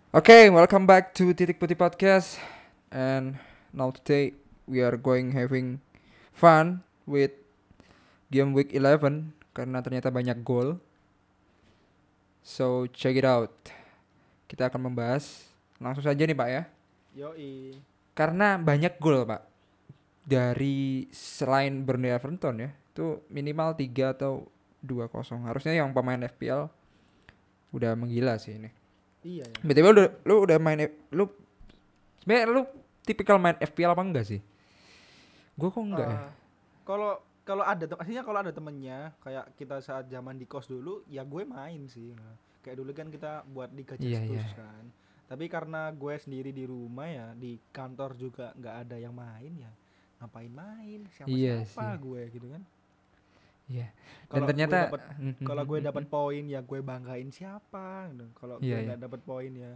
Okay, welcome back to Titik Putih Podcast. And now today we are going having fun with game week 11 karena ternyata banyak gol. So check it out. Kita akan membahas langsung saja nih Pak ya. Yoi. Karena banyak gol Pak. Dari selain Burnley Everton ya, itu minimal 3 atau 2-0. Harusnya yang pemain FPL udah menggila sih ini. Iya ya. BTW lu udah main lu sebenarnya lu tipikal main FPL apa enggak sih? Gue kok enggak ya? Kalau kalau ada aslinya kalau ada temennya kayak kita saat zaman di kos dulu ya gue main sih. Nah, kayak dulu kan kita buat Liga Iya Justus iya. kan. Tapi karena gue sendiri di rumah ya di kantor juga nggak ada yang main ya ngapain main siapa Iya siapa sih. gue gitu kan. Iya. Dan Kalau gue ternyata dapat kalau gue dapat poin ya gue banggain siapa gitu. Kalau gue iya iya. nggak dapat poin ya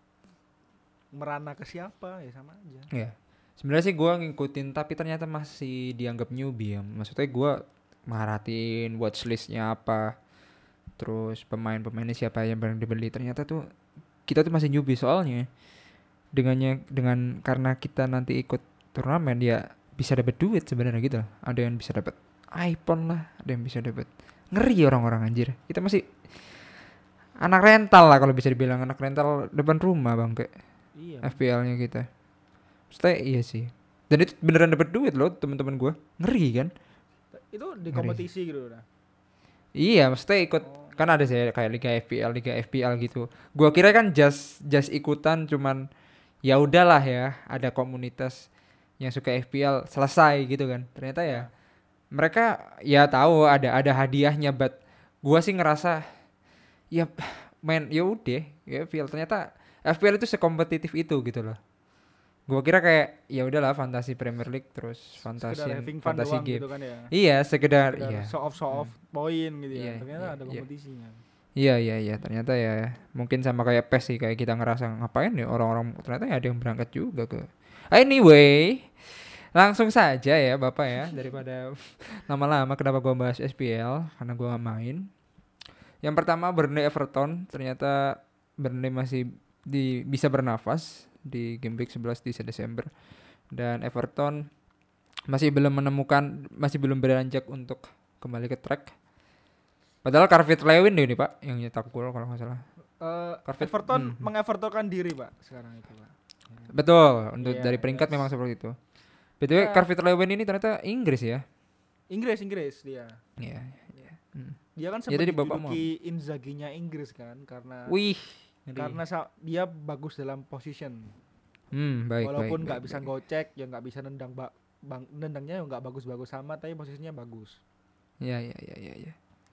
merana ke siapa ya sama aja. Iya. Sebenarnya sih gue ngikutin tapi ternyata masih dianggap newbie ya. Maksudnya gue merhatiin watchlistnya apa, terus pemainnya siapa yang bareng dibeli. Ternyata tuh kita tuh masih newbie soalnya. Dengan karena kita nanti ikut turnamen ya bisa dapat duit sebenarnya gitu loh. Ada yang bisa dapat iPhone lah, ada yang bisa dapat ngeri orang-orang anjir. Kita masih anak rental lah kalau bisa dibilang anak rental depan rumah bang kayak Iya. FPL-nya kita. Maksudnya iya sih. Dan itu beneran dapat duit loh teman-teman gue. Ngeri kan? Itu di Ngeri. kompetisi gitu nah. Iya, maksudnya ikut Oh. kan ada sih kayak Liga FPL gitu. Gua kira kan just ikutan cuman ya udahlah ya, ada komunitas yang suka FPL selesai gitu kan. Ternyata ya Ya. mereka ya tahu ada hadiahnya but gua sih ngerasa ya main ya udah ya FPL ternyata FPL itu sekompetitif itu gitu loh. Gua kira kayak ya udahlah fantasi Premier League terus Sekedar having fun fantasi doang game. gitu kan ya, Iya, sekedar sekedar iya. show off Hmm. poin gitu ya, Iya, ternyata iya, ada iya. kompetisinya. Iya, ternyata ya mungkin sama kayak PES sih kayak kita ngerasa ngapain ya orang-orang ternyata ya ada yang berangkat juga ke. Anyway, langsung saja ya Bapak ya daripada lama-lama kenapa gua bahas SPL karena gua nggak main. Yang pertama Burnley Everton ternyata Burnley masih bisa bernafas di game week 11 di Desember dan Everton masih belum beranjak untuk kembali ke track. Padahal Calvert Lewin deh ini Pak yang nyetak gol kalau nggak salah. Carpet, Everton mengevertonkan diri pak sekarang itu pak. betul. Untuk Iya, dari peringkat memang yes. seperti itu. BTW, Ya, Calvert Lewin ini ternyata Inggris ya. Inggris dia. Iya. Dia kan Ya sempat tadi bapak mau. dijuluki Inzaghi-nya Inggris kan Wih. Ngeri. dia bagus dalam position. Baik, baik, Walaupun nggak baik, bisa baik. gocek, ya nggak bisa nendangnya nggak bagus-bagus sama, tapi posisinya bagus. Ya.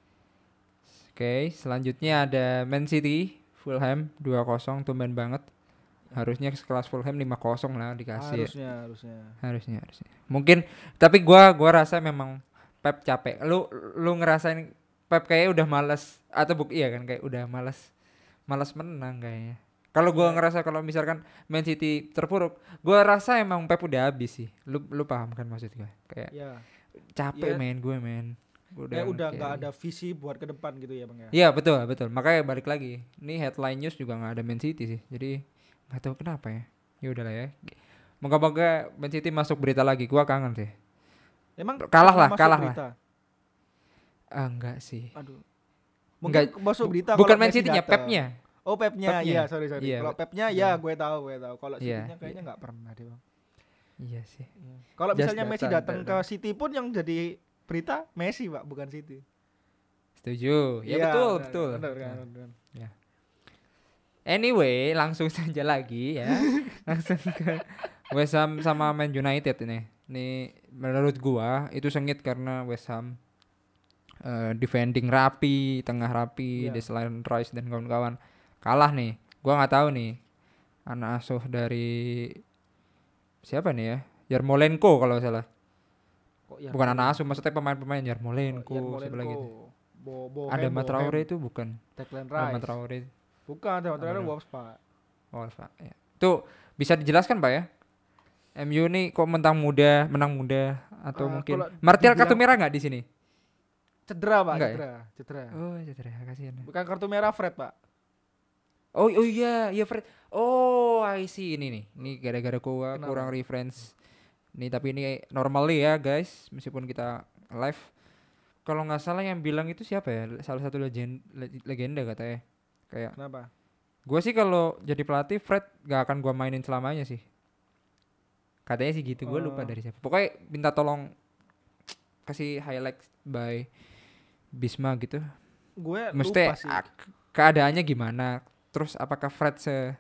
Oke, selanjutnya ada Man City, Fulham 2-0 tumben banget. Harusnya sekelas Fulham 5-0 lah dikasih ya. Harusnya. Harusnya. Mungkin tapi gua rasa memang Pep capek. Lu ngerasain Pep kayak udah malas atau iya kan kayak udah malas menang kayaknya. Kalau gua Iya, ngerasa kalau misalkan Man City terpuruk, gua rasa emang Pep udah habis sih. Lu paham kan maksud gue? Kayak ya, capek ya. men. Gua Kayak udah nggak kayak ada visi buat ke depan gitu ya bang ya. iya betul. Makanya balik lagi. Ini headline news juga nggak ada Man City sih. Jadi nggak tahu kenapa ya. Ya udahlah ya. Moga-moga Man City masuk berita lagi. Gua kangen sih. Emang pernah masuk Kalah lah. berita? Enggak sih. Aduh. Enggak. Mungkin masuk berita Bukan kalau Man Messi City-nya, datang. Pepnya. Oh Pepnya, Pepnya. iya sorry. Iya. Kalau Pepnya Iya. ya gue tahu. Kalau Iya. City-nya kayaknya nggak pernah deh bang. Iya sih. Iya. Kalau Just misalnya Messi datang ke datang. City pun yang jadi berita Messi pak, bukan City. Setuju. Ya Iya, betul. benar. Ya. Anyway, langsung saja lagi ya. Langsung ke West Ham sama Man United ini. Ini menurut gua itu sengit karena West Ham defending rapi, tengah rapi, Iya. Declan Rice dan kawan-kawan kalah nih. Gua nggak tahu nih anak asuh dari siapa nih ya? Yarmolenko kalau nggak salah. Kok ya Bukan anak asuh, maksudnya pemain-pemain Yarmolenko, siapa Yarmolenko, lagi tuh? Bohem, Adama Traore itu bukan. Declan Adama Rice. Traore. Bukan, Declan Apa Rice namanya? Wolves pak. Oh, Pak. Ya. Itu bisa dijelaskan, Pak ya? MU nih kok menang muda atau mungkin Kalau Martial kartu dibilang merah nggak di sini? cedera pak, Enggak ya? cedera. Oh, cedera, kasihan. Bukan kartu merah Fred pak. Oh iya, iya Fred. Oh, I see ini nih. Ini gara-gara gua Kenapa? kurang reference. Nih tapi ini normally ya guys, meskipun kita live. Kalau nggak salah yang bilang itu siapa ya? Salah satu legenda katanya. Kayak Kenapa? gue sih kalau jadi pelatih Fred gak akan gua mainin selamanya sih. Katanya sih gitu, gue lupa Eh, dari siapa. Pokoknya minta tolong kasih highlight by Bisma gitu. gue lupa Mesti sih. keadaannya gimana? Terus apakah Fred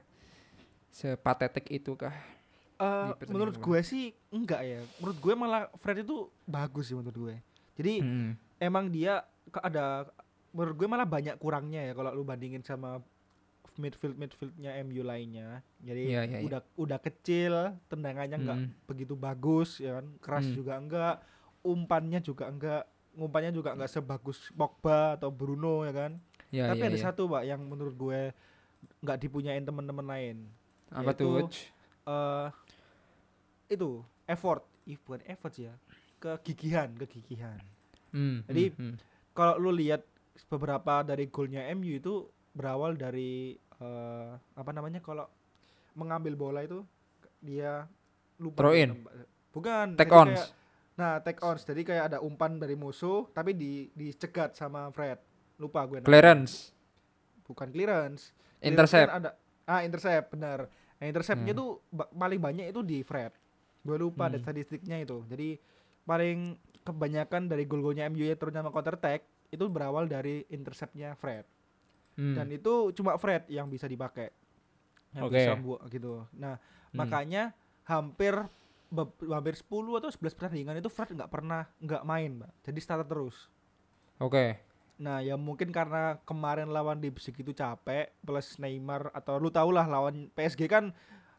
sepatetik itu kah di pertandingan Menurut kemarin? gue sih enggak ya. Menurut gue malah Fred itu bagus sih menurut gue. Jadi Hmm. emang dia ada, menurut gue malah banyak kurangnya ya kalau lu bandingin sama midfieldnya MU lainnya. Jadi Iya, iya, iya. udah kecil, tendangannya nggak Hmm. begitu bagus ya kan, keras Hmm. juga enggak, umpannya juga enggak sebagus Pogba atau Bruno ya kan. Iya, Tapi iya, ada iya. satu Pak yang menurut gue nggak dipunyain teman-teman lain, Apa tuh, yaitu Coach? eh itu bukan effort sih ya, kegigihan. Jadi Hmm. kalau lu lihat beberapa dari golnya MU itu berawal dari apa namanya, kalau mengambil bola itu dia lupa Throw gue in, nembak. Bukan, take jadi kayak, ons, nah, take ons. Jadi kayak ada umpan dari musuh tapi dicegat sama Fred. Lupa gue namanya. clearance, Bukan clearance. Clearance kan intercept. ada, intercept, benar. Nah, interceptnya Ya. tuh paling banyak itu di Fred. Gue lupa ada Hmm. statistiknya itu. Jadi paling kebanyakan dari gol-golnya MU ya, terutama counter attack, itu berawal dari interceptnya Fred. Hmm. Dan itu cuma Fred yang bisa dipakai, yang Oke. bisa buat gitu. Nah, Hmm. makanya hampir hampir 10 atau 11 pertandingan itu Fred nggak main, Mbak. Jadi starter terus. Oke. Nah, ya mungkin karena kemarin lawan Leipzig itu capek, plus Neymar, atau lu tau lah lawan PSG kan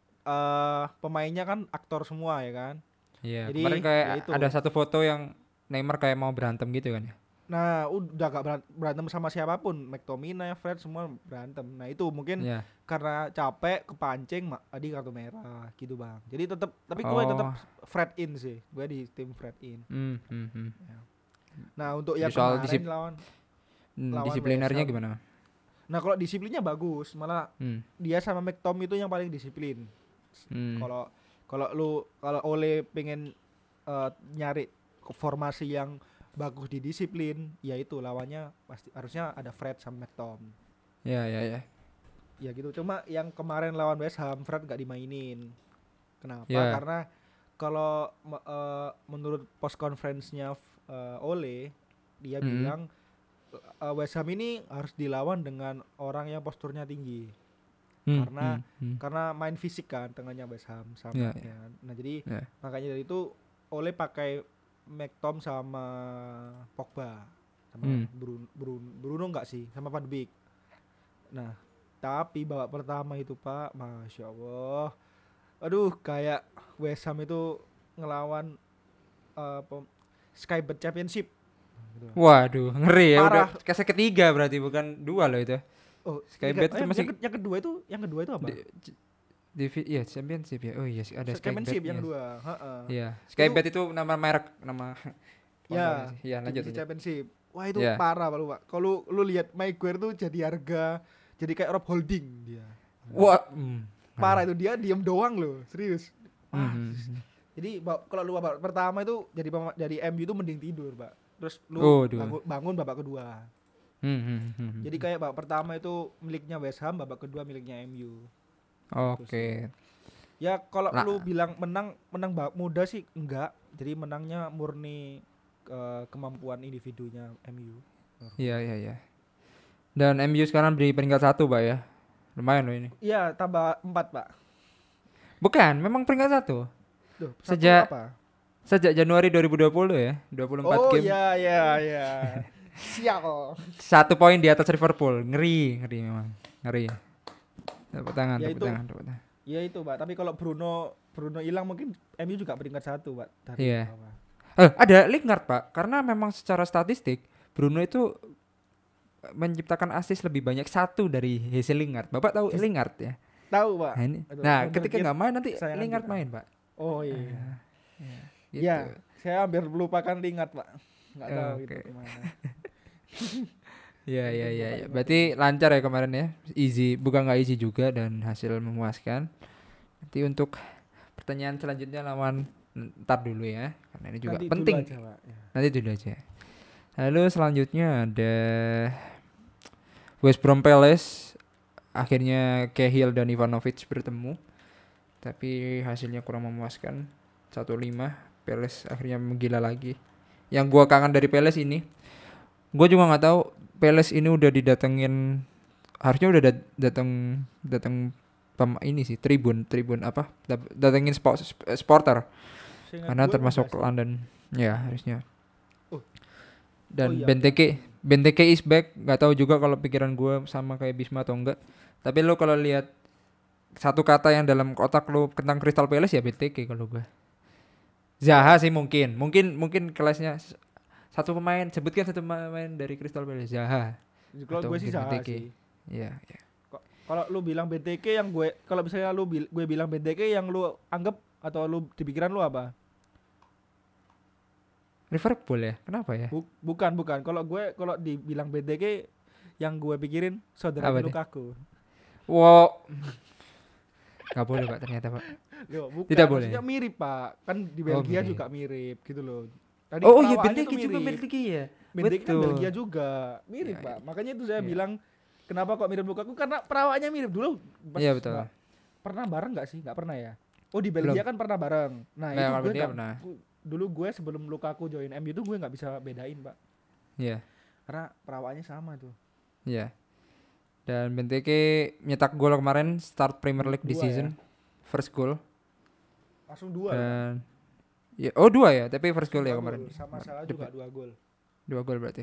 pemainnya kan aktor semua ya kan. Iya, kemarin Jadi kayak ya ada itu. satu foto yang Neymar kayak mau berantem gitu kan ya. Nah, udah gak berantem sama siapapun, McTominay, Fred semua berantem. Nah, itu mungkin Iya. karena capek kepancing tadi kartu merah gitu, Bang. Jadi tetap, tapi gue tetap Oh. Fred in sih. Gue di tim Fred in. Hmm. Ya. Nah, untuk Jadi yang soal kemarin lawan lawan West disiplinernya Ham. gimana? Nah, kalau disiplinnya bagus, malah Hmm. dia sama McTominay itu yang paling disiplin. Hmm. Kalau kalau Ole pengen nyari formasi yang bagus di disiplin, ya itu lawannya pasti harusnya ada Fred sama McTominay. Ya, ya, ya. Ya gitu. Cuma yang kemarin lawan West Ham Fred gak dimainin. Kenapa? Ya. Karena kalau menurut post conference-nya Ole, dia Hmm. bilang West Ham ini harus dilawan dengan orang yang posturnya tinggi. Karena Hmm. karena main fisik kan tengahnya West Ham sama Ya, ya. Nah, jadi ya. makanya dari itu Ole pakai McTom sama Pogba sama Hmm. Bruno enggak sih, sama Van de Beek. Nah, tapi babak pertama itu Pak, Masya Allah, aduh, kayak West Ham itu ngelawan Skybird Championship gitu. Waduh, ngeri ya. Udah Parah. kaset ketiga berarti bukan dua loh itu. Oh, Skybet itu masih yang kedua itu apa? iya championship ya. Oh iya ada Championship Skybet yang ya. kedua, heeh. Iya, Skybet itu nama merek, nama Ya, sponsor sih. Iya, lanjut divisi lanjut. Championship. Wah, itu Iya. parah Pak, lu, Pak. Kalau lu lihat Maguire tuh jadi harga, jadi kayak Rob Holding dia. Wah, Parah itu, dia diem doang loh, serius. Wah, Hmm. jadi kalau lu babak pertama itu jadi MU itu mending tidur, Pak. Terus lu Oh, dua. bangun babak kedua. Jadi kayak babak pertama itu miliknya West Ham, babak kedua miliknya MU. Oke. Ya kalau Lah, lu bilang menang babak muda sih enggak. Jadi menangnya murni kemampuan individunya MU. iya iya iya. Dan MU sekarang di peringkat 1, Pak ya. Lumayan loh ini. Iya, tambah 4, Pak. Bukan, memang peringkat 1. Duh, Sejak apa? sejak Januari 2020 ya, 24 Oh, game. iya. Sial. 1 poin di atas Liverpool. Ngeri memang. Ngeri. Tepuk tangan, Ya tepuk itu, tangan, tepuk tangan. ya itu, Pak. Tapi kalau Bruno hilang mungkin MU juga peringkat 1, Pak. Dari Iya. bawah. Ada Lingard, Pak. Karena memang secara statistik Bruno itu menciptakan assist lebih banyak 1 dari Jesse Lingard. Bapak tahu Lingard ya? Tahu, Pak. Nah, ini. Itu, Nah, ketika wonderkid nggak main nanti kesayangan Lingard kita. main, Pak. Oh iya. Gitu. Ya, saya hampir melupakan Lingard, Pak. Nggak tahu Oke. itu kemana. Iya iya Untung iya. bapaknya nggak Berarti terima. lancar ya kemarin ya. Easy, bukan nggak easy juga dan hasil memuaskan. Nanti untuk pertanyaan selanjutnya lawan ntar dulu ya, karena ini juga Nanti dulu penting. aja pak ya. Nanti dulu aja. Lalu selanjutnya ada West Brom Palace. Akhirnya Cahill dan Ivanovic bertemu, tapi hasilnya kurang memuaskan. 1-5. Palace akhirnya menggila lagi. Yang gua kangen dari Palace ini, gua juga nggak tahu Palace ini udah didatengin, harusnya udah datang datang ini sih tribun apa datengin supporter Seingat karena gue termasuk udah sih. London ya harusnya. Oh, oh Dan iya iya. Benteke is back. Nggak tahu juga kalau pikiran gue sama kayak Bisma atau enggak, tapi lo kalau lihat satu kata yang dalam otak lo tentang Crystal Palace ya Benteke kalau gue. Zaha sih mungkin kelasnya satu pemain, sebutkan satu pemain dari Crystal Palace. Zaha Kalau atau gue sih mungkin Zaha Benteke. sih. Ya, ya. Kalau lu bilang BTK yang gue, kalau misalnya gue bilang BTK yang lu anggap atau lu di pikiran lu apa? Liverpool ya, kenapa ya? Bukan. Kalau dibilang BTK yang gue pikirin Apa saudaranya deh? Lukaku. Wow, nggak boleh pak ternyata pak. Loh, Tidak bukan, maksudnya boleh. mirip pak. Kan di Oh Belgia mirip. juga mirip gitu loh. Tadi Oh, oh iya perawaannya tuh Benteke juga mirip. Benteke ya. BTK kan Belgia Betul. juga Iya mirip iya pak. Makanya itu saya iya. bilang kenapa kok mirip Lukaku, karena perawaannya mirip dulu. Pas Iya betul. mbak pernah bareng nggak sih? Nggak pernah ya. Oh di Belgia Belum. kan pernah bareng. Nah Nggak itu kalau gue dia nggak, pernah. dulu gue sebelum Lukaku join MU itu gue nggak bisa bedain pak, Iya karena perawaannya sama tuh. iya. Dan Benteke nyetak gol kemarin start Premier League di Dua ya, season. First goal langsung dua loh pak. dan ya oh dua ya, tapi first Langsung goal dua ya gol kemarin. sama Kemarin. Salah juga 2 gol. Dua gol berarti.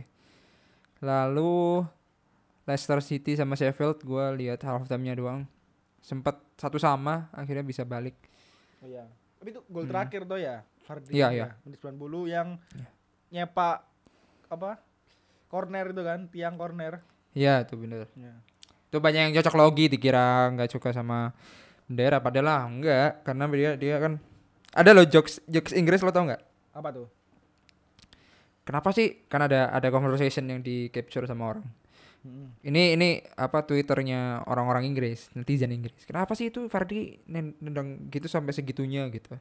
Lalu Leicester City sama Sheffield gue lihat half time-nya doang. Sempat satu sama akhirnya bisa balik. Oh iya, tapi itu gol Hmm. terakhir tuh ya Vardy Iya itu iya. ya menit 90 yang Iya. nyepak apa, corner itu kan, tiang corner Iya itu bener. ya. Itu banyak yang cocok logi dikira nggak suka sama bendera padahal lah enggak karena dia kan ada loh jokes jokes Inggris lo tau nggak? Apa tuh? Kenapa sih? Kan ada conversation yang di capture sama orang. Mm-mm. Ini apa Twitternya orang-orang Inggris, netizen Inggris. Kenapa sih itu Fardi nendang gitu sampai segitunya gitu?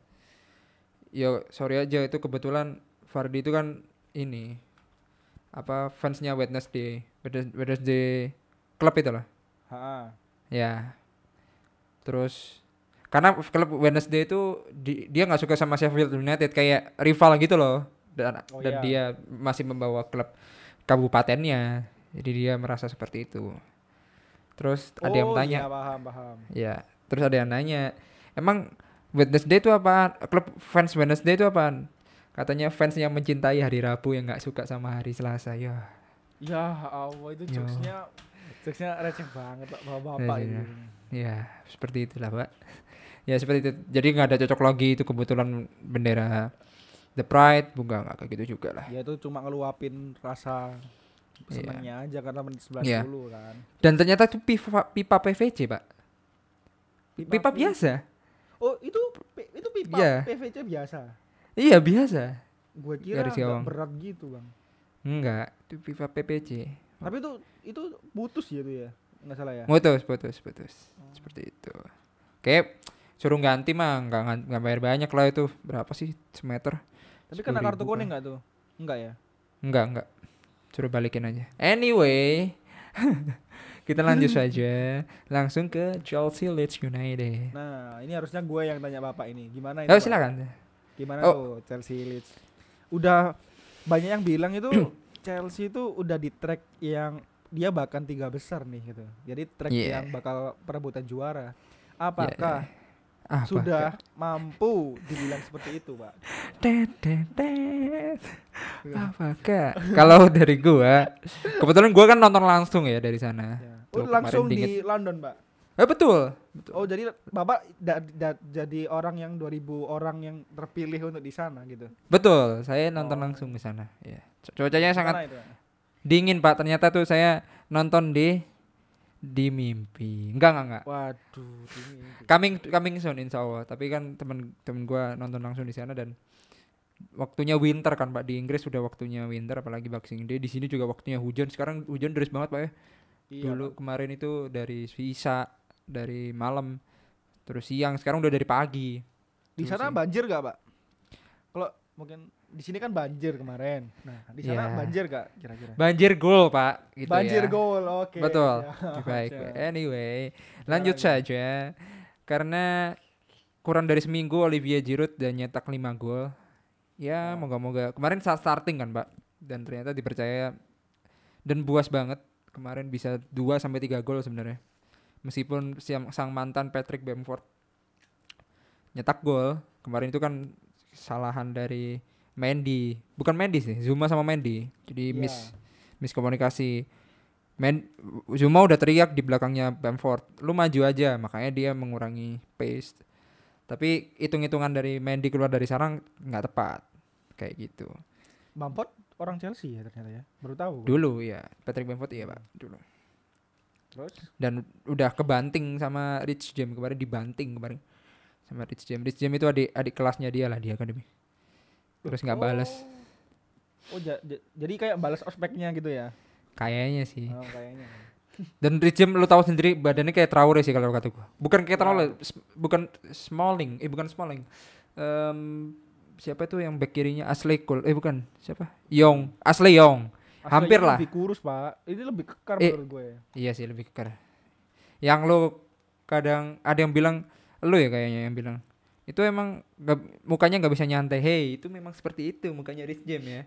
Ya sorry aja itu kebetulan Fardi itu kan ini apa fansnya Wednesday klub itu loh. Ha. Ya, terus karena klub Wednesday itu dia nggak suka sama Sheffield United kayak rival gitu loh. Oh Dan iya. dia masih membawa klub kabupatennya. Jadi dia merasa seperti itu. Terus ada yang Oh iya, tanya, paham. ya, terus ada yang nanya, emang Wednesday itu apaan? Klub fans Wednesday itu apaan? Katanya fans yang mencintai hari Rabu yang nggak suka sama hari Selasa. Ya Allah, itu Yo, jokesnya receh banget pak, bapak-bapak ya, itu. ya, ya, seperti itulah, Pak. Ya seperti itu. Jadi nggak ada cocok logi itu kebetulan bendera The Pride, bunga nggak kayak gitu juga lah. Dia tuh cuma ngeluapin rasa Iya, senangnya aja karena menit iya. 90 kan. Dan ternyata itu pipa PVC, Pak. Pipa Pi- biasa. Oh itu pipa Iya, PVC biasa. iya biasa. Gue kira Garis nggak gawang. berat gitu bang. Enggak, itu pipa PVC. Tapi itu putus ya tuh ya, nggak salah ya. Putus. Seperti itu. Kayak suruh ganti mah nggak bayar banyak lah itu. Berapa sih semeter? Tapi kena kartu 10.000 kuning kah? nggak tuh? Enggak ya. Enggak. Suruh balikin aja. Anyway, kita lanjut saja langsung ke Chelsea Leeds United. Nah ini harusnya gue yang tanya bapak ini. Gimana ini Oh pak? silakan. Gimana Oh. tuh Chelsea Leeds? Udah banyak yang bilang itu Chelsea itu udah di track yang dia bahkan 3 besar nih gitu. Jadi track Yeah. yang bakal perebutan juara. Ya, Apakah apa? sudah mampu dibilang seperti itu, Pak? Tet. Apakah? Kalau dari gua, kebetulan gua kan nonton langsung ya dari sana. Ya. Tuh, Oh, langsung kemarin di London, Pak. Betul. Oh, jadi Bapak jadi orang yang 2000 orang yang terpilih untuk di sana gitu. Betul, saya nonton Oh. langsung ke sana. Ya. Cuacanya sangat Gimana itu, Pak? dingin, Pak. Ternyata tuh saya nonton di mimpi. Enggak. Waduh, ini. Coming soon insya Allah. Tapi kan temen gua nonton langsung di sana dan waktunya winter kan Pak, di Inggris sudah waktunya winter apalagi Boxing Day. Di sini juga waktunya hujan. Sekarang hujan deras banget Pak ya. Iya Dulu Pak. kemarin itu dari sisa dari malam terus siang, sekarang udah dari pagi. Di Tuh sana sih. banjir gak Pak? Kalau mungkin di sini kan banjir kemarin. Nah, di sana Ya, banjir gak kira-kira? banjir gol Pak gitu Banjir ya. gol. Oke, Betul. siap, Baik. siap. Anyway, lanjut Gimana gimana? saja. Karena kurang dari seminggu Olivier Giroud dan nyetak 5 gol. Ya, Ah, moga-moga. Kemarin saat starting kan, Pak. Dan ternyata dipercaya dan buas banget. Kemarin bisa 2 sampai 3 gol sebenarnya. Meskipun sang mantan Patrick Bamford nyetak gol, kemarin itu kan kesalahan dari Mendy. Bukan Mendy sih, Zuma sama Mendy. Jadi iya. miskomunikasi. Zuma udah teriak di belakangnya Bamford, lu maju aja, makanya dia mengurangi pace. Tapi hitung-hitungan dari Mendy keluar dari sarang nggak tepat, kayak gitu. Bamford orang Chelsea ya ternyata ya. Baru tahu gua. Dulu ya, Patrick Bamford iya Pak, Hmm. dulu. Terus? Dan udah kebanting sama Rich James kemarin, dibanting kemarin sama Rich James. Rich James itu adik kelasnya dia lah di akademi. Loh, Terus nggak balas, oh. Oh, jadi kayak balas ospeknya gitu ya. kayaknya sih. Oh, kayaknya. Dan Rich James lu tahu sendiri badannya kayak Traore sih kalau kata gua. Bukan kayak Traore, Ya. bukan Smalling, bukan Smalling. Em, siapa itu yang back kirinya Ashley Cole? Bukan, siapa? Young, Ashley Young. Asli Hampir yang lebih lah. kurus, Pak. Ini lebih kekar Eh, menurut gue. iya sih lebih kekar. Yang lu kadang ada yang bilang, lu ya kayaknya yang bilang itu emang mukanya nggak bisa nyantai. Hey, itu memang seperti itu mukanya Rich James ya.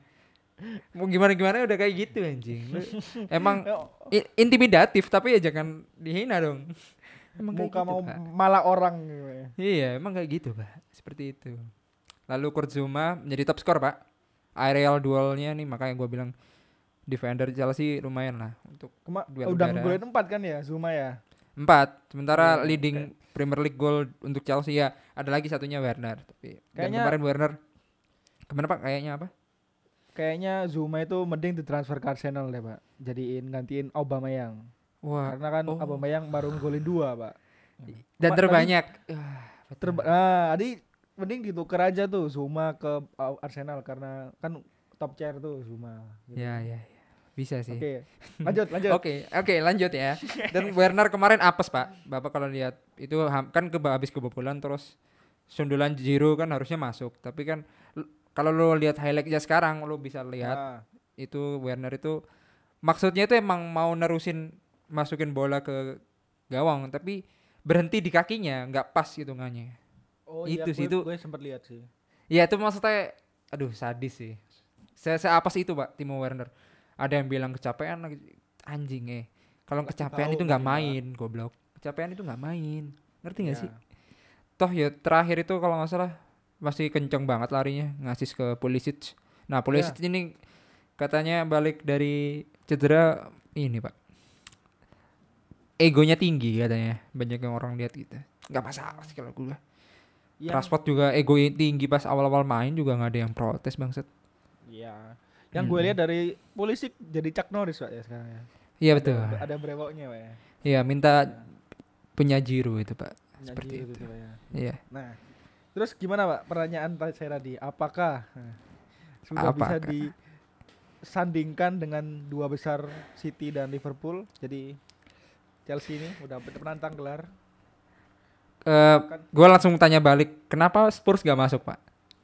Mau gimana gimana udah kayak gitu anjing. Lu emang Ya, intimidatif tapi ya jangan dihina dong. Emang kayak muka gitu mau Pak. malah orang gitu ya. Iya emang kayak gitu Pak. Seperti itu. Lalu Kurt Zouma menjadi top skor Pak. Aerial duelnya nih makanya gue bilang defender Chelsea lumayan lah untuk duel Udah udara. ngegolin 4 kan ya Zuma ya. 4. Sementara Iya, leading Premier League goal untuk Chelsea ya ada lagi satunya Werner. Tapi dan kayaknya kemarin Werner kemana Pak? Kayaknya apa? kayaknya Zuma itu mending ditransfer ke Arsenal deh, Pak. Jadiin gantiin Aubameyang. Wah, Karena kan oh. Aubameyang baru ngegolin 2, Pak. Dan Pak, tadi terbanyak. Betul. tadi mending ditukar aja tuh Zuma ke Arsenal karena kan top chair tuh Zuma gitu. Ya, ya, ya. Bisa sih. Oke. Lanjut, lanjut. Oke, lanjut ya. Dan Werner kemarin apes Pak. Bapak kalau lihat itu kan habis kebobolan terus sundulan Giroud kan harusnya masuk. Tapi kan kalau lo lihat highlightnya sekarang lo bisa lihat Ah. itu Werner itu maksudnya itu emang mau nerusin masukin bola ke gawang tapi berhenti di kakinya nggak pas hitungannya. Oh iya, Itu sih itu. gue sempat lihat sih. Ya itu maksudnya aduh sadis sih. Saya apa sih itu Pak Timo Werner. Ada yang bilang kecapean lagi anjing Kalau Pasti kecapean tahu itu nggak tadi, Pak. main, goblok. Kecapean itu nggak main. Ngerti nggak sih? Ya. Toh ya terakhir itu kalau nggak salah masih kenceng banget larinya ngasis ke Pulisic. Nah, Ya. Pulisic ini katanya balik dari cedera ini, Pak. Egonya tinggi katanya. Banyak yang orang lihat gitu. Nggak masalah sih kalau gue. Yang Rashford juga ego tinggi pas awal-awal main juga nggak ada yang protes bangsat. ya. Yang gue Mm-mm. lihat dari polisi jadi Chuck Norris, Pak ya sekarang ya. Iya Ada betul. ada brewoknya, Pak ya. Iya minta Nah, punya Giroud itu Pak. nyanyi Seperti gitu itu. Pak ya. Iya. Nah, terus gimana, Pak? Pertanyaan saya tadi, apakah sudah bisa Apakah? disandingkan dengan dua besar City dan Liverpool? Jadi Chelsea ini udah penantang gelar kan Gue langsung tanya balik, kenapa Spurs gak masuk Pak?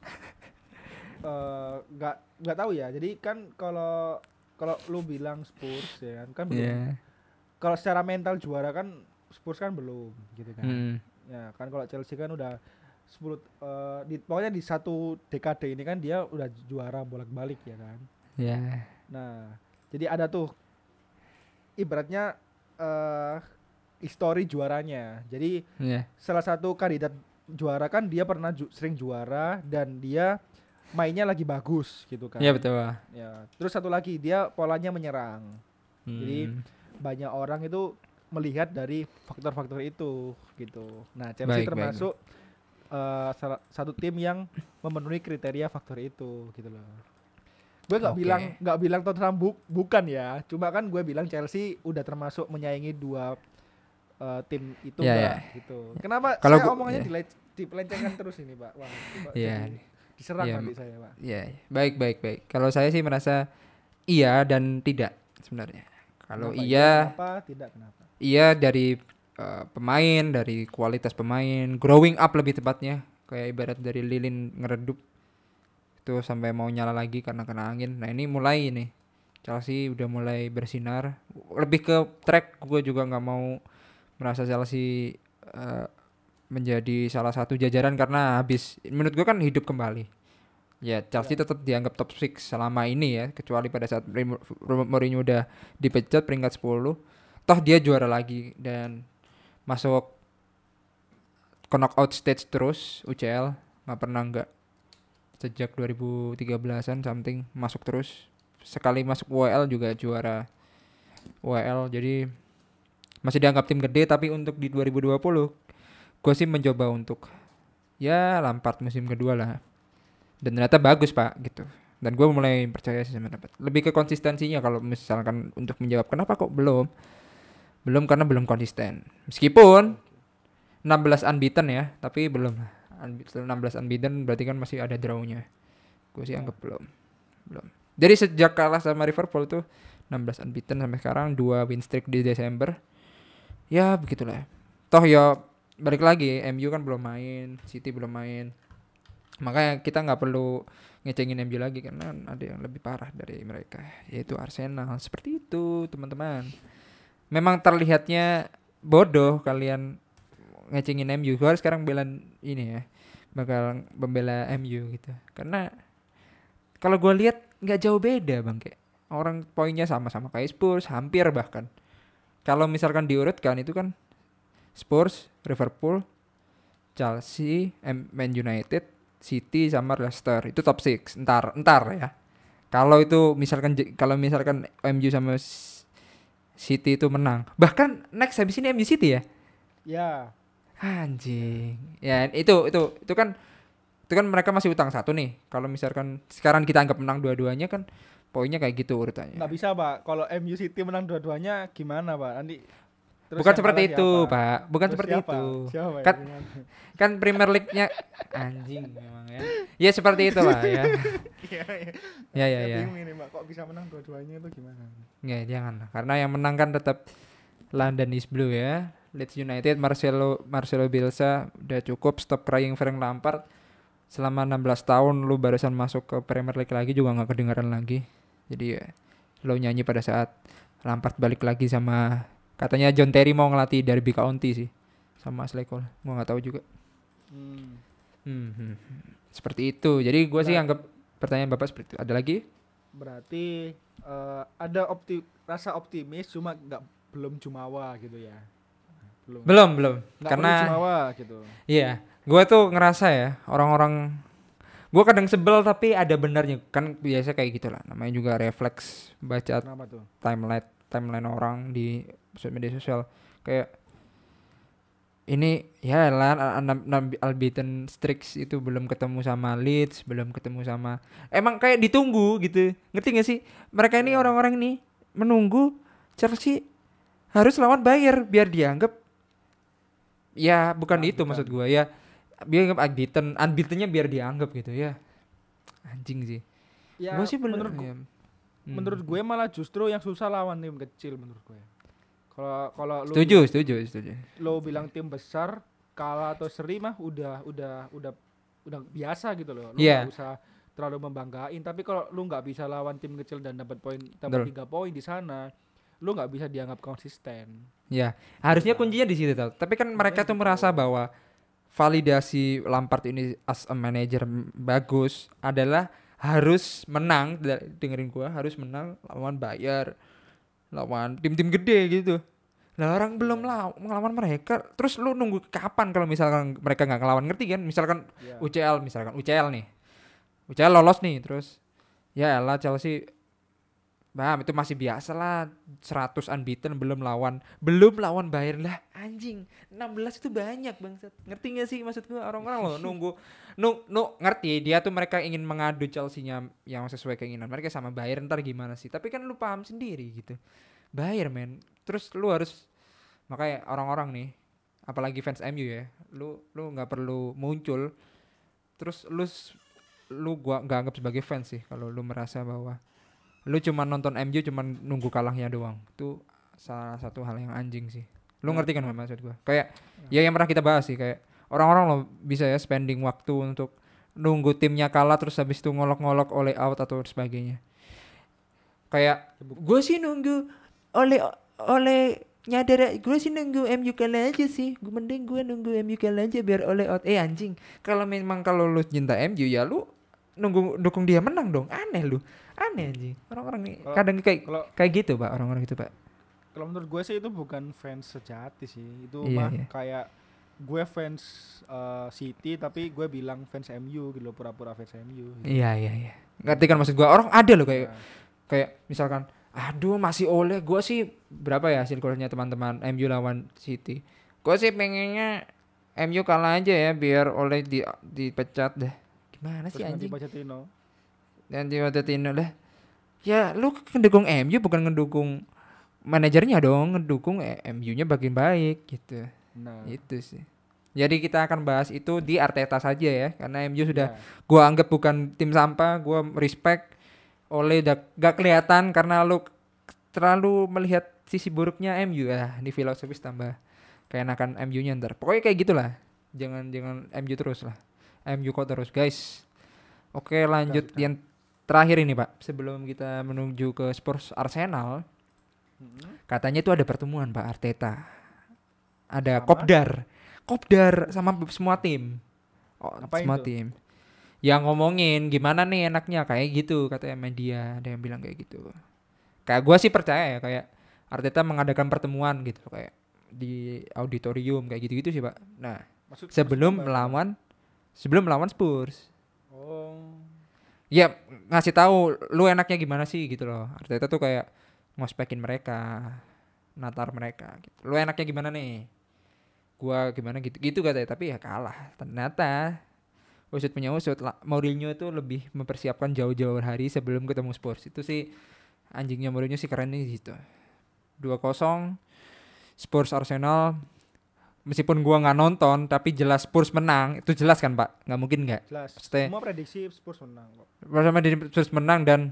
nggak tahu ya. Jadi kan kalau kalau lu bilang Spurs ya kan belum. Iya. Kalau secara mental juara kan Spurs kan belum gitu kan. Hmm. Ya kan kalau Chelsea kan udah 10 pokoknya di satu dekade ini kan dia udah juara bolak-balik ya kan. Ya. Nah, jadi ada tuh ibaratnya histori juaranya. Jadi Iya. salah satu kandidat juara kan dia pernah sering juara dan dia mainnya lagi bagus gitu kan. Iya betul. Ya, terus satu lagi dia polanya menyerang. Jadi Hmm. banyak orang itu melihat dari faktor-faktor itu gitu. Nah, Chelsea Baik, baik. termasuk salah satu tim yang memenuhi kriteria faktor itu gitu loh. Gue Oke. nggak bilang Tottenham bukan ya. Cuma kan gue bilang Chelsea udah termasuk menyaingi dua tim itu Ya, ya. enggak gitu. Kenapa Kalau saya gua omongannya ya. dipelencengkan terus ini, Pak? Wah, coba Iya. jadi Diserang Ya, nanti saya, Pak. ya, baik, baik, baik. Kalau saya sih merasa iya dan tidak sebenarnya. Kalau Kenapa iya, iya, kenapa tidak, kenapa? iya dari pemain, dari kualitas pemain, growing up lebih tepatnya. Kayak ibarat dari lilin ngeredup itu sampai mau nyala lagi karena kena angin. Nah ini mulai nih, Chelsea udah mulai bersinar. Lebih ke track, gue juga nggak mau merasa Chelsea eh, menjadi salah satu jajaran karena habis. Menurut gue kan hidup kembali. Ya Chelsea Ya, tetap dianggap top 6 selama ini ya, kecuali pada saat Mourinho udah dipecat peringkat 10. Toh dia juara lagi dan masuk ke knockout stage terus UCL, nggak pernah nggak, sejak 2013-an something masuk terus. Sekali masuk WL juga juara WL, jadi masih dianggap tim gede. Tapi untuk di 2020 gue sih mencoba untuk ya Lampard musim kedua lah, dan ternyata bagus pak gitu. Dan gue mulai percaya sih sama Lampard, lebih ke konsistensinya. Kalau misalkan untuk menjawab kenapa kok belum belum karena belum konsisten, meskipun oke. 16 unbeaten ya, tapi belum lah. 16 unbeaten berarti kan masih ada draw-nya. Gue sih Ya, anggap belum. Belum. Dari sejak kalah sama Liverpool tuh 16 unbeaten sampai sekarang, 2 win streak di Desember. Ya begitulah. Toh ya balik lagi, MU kan belum main, City belum main. Makanya kita nggak perlu ngecengin MU lagi karena ada yang lebih parah dari mereka, yaitu Arsenal. Seperti itu, teman-teman. Memang terlihatnya bodoh kalian ngecengin MU. Gue sekarang bela ini ya, bakal membela MU gitu. Karena kalau gue lihat nggak jauh beda bang, kayak orang poinnya sama-sama kayak Spurs, hampir bahkan. Kalau misalkan diurutkan itu kan Spurs, Liverpool, Chelsea, Man United, City sama Leicester itu top 6. Entar ya. Kalau itu misalkan kalau misalkan MU sama City itu menang, bahkan next habis ini MU City ya. ya, ya. Anjing. Ya itu kan mereka masih utang satu nih. Kalau misalkan sekarang kita anggap menang dua-duanya kan poinnya kayak gitu urutannya. Nggak bisa, Pak. Kalau MU City menang dua-duanya gimana, Pak? Nanti terus Bukan yang kalah seperti itu, siapa? Pak. Bukan Terus seperti siapa? itu. Siapa ya? Kan Gimana? kan Premier League-nya anjing memang ya. Ya seperti itu lah ya. Iya, iya. Ya ya Saya ya. bingung ini, Pak. Kok bisa menang dua-duanya itu gimana? Ya jangan lah. Karena yang menang kan tetap London is Blue ya. Leeds United, Marcelo Bielsa udah cukup, stop crying Frank Lampard. Selama 16 tahun lu barusan masuk ke Premier League lagi juga nggak kedengaran lagi. Jadi ya lo nyanyi pada saat Lampard balik lagi sama, katanya John Terry mau ngelatih Derby County sih sama Ashley Cole. Gua nggak tahu juga. Hmm. Seperti itu. Jadi gue sih Berat, anggap pertanyaan Bapak seperti itu. Ada lagi? berarti ada rasa optimis cuma nggak belum jumawa gitu ya. Belum. Belum, belum. Nggak perlu Karena jumawa gitu. iya, gue tuh ngerasa ya orang-orang, gue kadang sebel tapi ada benarnya kan, biasa kayak gitulah. Namanya juga refleks baca Kenapa tuh? timeline timeline orang di media sosial. Kayak ini ya lah, unbeaten streaks itu belum ketemu sama Leeds, belum ketemu sama, emang kayak ditunggu gitu. Ngerti gak sih? Mereka ini Ya, orang-orang ini menunggu Chelsea harus lawan Bayern biar dianggap, ya bukan itu maksud kelanjutan. gua ya, biar dianggap unbeatennya biar dianggap gitu ya. Anjing sih. Gua Ya sih belum menurut ya. menurut gue malah justru yang susah lawan tim kecil menurut gue. Kalau kalau lu Setuju, bilang setuju, setuju. lo bilang tim besar kalah atau seri mah udah biasa gitu loh. Lu nggak Iya, usah terlalu membanggain. Tapi kalau lu nggak bisa lawan tim kecil dan dapat betul. 3 poin di sana, lu nggak bisa dianggap konsisten. Ya, harusnya Itulah. kuncinya di situ tau. Tapi kan Kuncinya mereka di tuh situ. merasa bahwa validasi Lampard ini as a manager bagus adalah harus menang. Dengerin gua, harus menang lawan Bayern, lawan tim-tim gede gitu. Lah orang belum Iya, ngelawan mereka, terus lu nunggu kapan kalau misalkan mereka nggak ngelawan, ngerti kan? iya. Misalkan UCL nih, UCL lolos nih, terus ya elah Chelsea, bam itu masih biasa lah, 100 unbeaten belum lawan Bayern lah, anjing 16 itu banyak bangsat, ngerti gak sih maksud gua? Orang-orang loh nunggu, ngerti dia tuh mereka ingin mengadu Chelsea-nya yang sesuai keinginan mereka sama Bayern, ntar gimana sih, tapi kan lu paham sendiri gitu, Bayern men, terus lu harus, makanya orang-orang nih apalagi fans MU ya, lu nggak perlu muncul terus lu gua nggak anggap sebagai fans sih kalau lu merasa bahwa lu cuma nonton MU cuma nunggu kalahnya doang. Itu salah satu hal yang anjing sih. Lu Nah, ngerti kan nah, maksud gua? Kayak nah. ya yang pernah kita bahas sih, kayak orang-orang lo bisa ya spending waktu untuk nunggu timnya kalah terus habis itu ngolok-ngolok oleh out atau sebagainya. Kayak gue sih nunggu oleh nyadar, gue sih nunggu MU kalah aja sih. Gue mending gue nunggu MU kalah aja biar oleh out. Anjing, kalau memang kalau lu cinta MU ya lu nunggu dukung dia menang dong. Aneh lu. Aneh anjing. Orang-orang nih Kalau kadang kayak kalau kayak gitu, Pak. Orang-orang gitu, Pak. kalau menurut gue sih itu bukan fans sejati sih. Itu Iya, mah iya. kayak gue fans City tapi gue bilang fans MU gitu loh, pura-pura fans MU gitu. Iya, iya, iya. Ngerti kan maksud gua? Orang ada loh kayak Nah, kayak misalkan aduh masih oleh gua sih berapa ya hasil golnya teman-teman MU lawan City. Gua sih pengennya MU kalah aja ya biar oleh dipecat deh. Gimana sih terus nanti anjing? Pochettino. Dan Tino lah. Ya lu ngedukung MU bukan ngedukung manajernya dong, ngedukung MU-nya bagian baik gitu. Nah, Itu sih. Jadi kita akan bahas itu di Arteta saja ya, karena MU sudah ya. gua anggap bukan tim sampah, gua respect oleh gak kelihatan karena lu terlalu melihat sisi buruknya MU ya, di filosofis tambah keenakan MU-nya ntar. Pokoknya kayak gitulah. Jangan jangan MU terus lah. MU kok terus, guys. Oke, lanjut Sudah. yang terakhir ini, Pak. Sebelum kita menuju ke Spurs Arsenal, Mm-mm. katanya itu ada pertemuan Pak Arteta. Ada Sama kopdar sama semua tim. Oh, ngapain semua tuh? tim. Yang ngomongin gimana nih enaknya kayak gitu katanya media, ada yang bilang kayak gitu. Kayak gua sih percaya ya kayak Arteta mengadakan pertemuan gitu kayak di auditorium kayak gitu-gitu sih, Pak. Nah, Maksudnya sebelum apa? melawan Spurs. Oh, Ya ngasih tahu lu enaknya gimana sih gitu loh. Arteta tuh kayak ngospekin mereka, natar mereka gitu. Lu enaknya gimana nih? Gua gimana gitu. Gitu katanya, tapi ya kalah. Ternyata usut punya usut lah. Mourinho itu lebih mempersiapkan jauh-jauh hari sebelum ketemu Spurs. Itu sih anjingnya Mourinho sih keren nih gitu. 2-0 Spurs Arsenal. Meskipun gua nggak nonton tapi jelas Spurs menang. Itu jelas kan, Pak? Nggak mungkin nggak. jelas. Maksudnya Semua prediksi Spurs menang kok. bersama di Spurs menang dan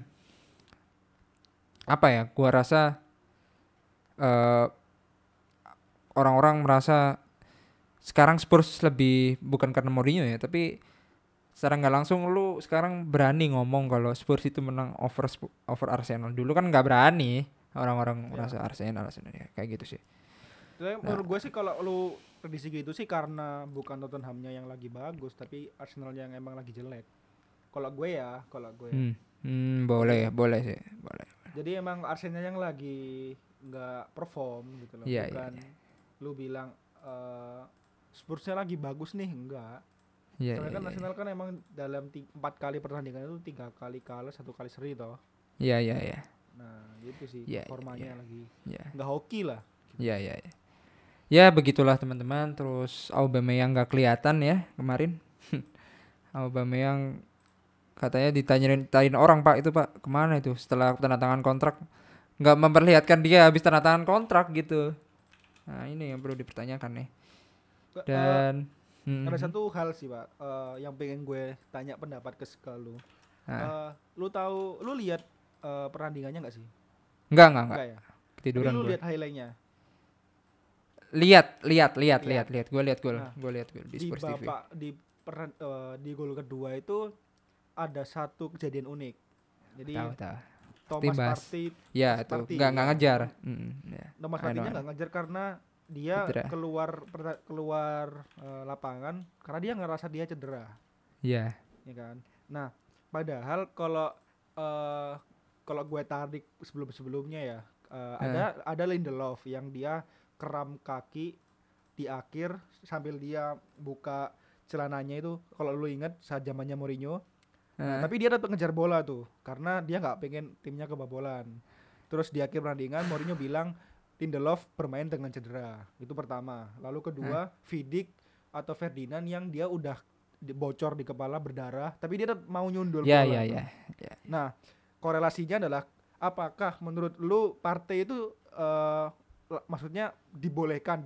apa ya? Gua rasa eh, orang-orang merasa sekarang Spurs lebih bukan karena Mourinho ya, tapi secara nggak langsung lu sekarang berani ngomong kalau Spurs itu menang over Arsenal. Dulu kan nggak berani, orang-orang Ya. merasa Arsenal ya kayak gitu sih. Tapi Nah, menurut gue sih kalau lu prediksi gitu sih karena bukan Tottenhamnya yang lagi bagus tapi Arsenalnya yang emang lagi jelek. Kalau gue ya. boleh Jadi ya, boleh sih, boleh. jadi emang Arsenal yang lagi nggak perform gitu loh. Iya, iya, Bukan lu bilang Spursnya lagi bagus nih, enggak. iya, iya, Soalnya kan iya, Arsenal kan emang dalam 4 kali pertandingan itu 3 kali kalah, 1 kali seri toh. iya, iya, iya, Nah, gitu sih iya, iya, performanya lagi iya, nggak hoki lah. iya, iya, iya. Ya begitulah teman-teman. Terus Aubameyang nggak kelihatan ya kemarin. Aubameyang katanya ditanyain orang Pak itu Pak kemana itu setelah tanda tangan kontrak, nggak memperlihatkan dia habis tanda tangan kontrak gitu. Nah ini yang perlu dipertanyakan nih. Eh, Dan ada mhm. satu hal sih pak, yang pengen gue tanya pendapat ke lu. Nah, Lu lihat pertandingannya nggak sih? enggak Enggak ya. Tapi ketiduran lu gue. lihat highlightnya. Lihat Lihat. gue lihat Nah, gol di di Sports TV. bapak di gol kedua itu ada satu kejadian unik. Jadi Tahu. Thomas Timbas. Partey Ya Thomas itu Partey nggak ya. ngejar. Ya. Thomas I know, Partey-nya I know. nggak ngejar karena dia Cedera. keluar lapangan karena dia ngerasa dia cedera, Iya. ya kan. Nah, padahal eh, kalau gue tarik sebelum-sebelumnya ya, Eh, ada Lindelof yang dia keram kaki di akhir sambil dia buka celananya itu, kalau lu inget saat zamannya Mourinho. Nah, eh, tapi dia tetap ngejar bola tuh karena dia nggak pengen timnya kebobolan. Terus di akhir pertandingan Mourinho bilang Lindelof bermain dengan cedera. Itu pertama. Lalu eh. kedua, Vidic atau Ferdinand yang dia udah bocor di kepala berdarah, tapi dia tetap mau nyundul Ya bola ya itu. ya. Ya. Nah, korelasinya adalah apakah menurut lu partai itu maksudnya dibolehkan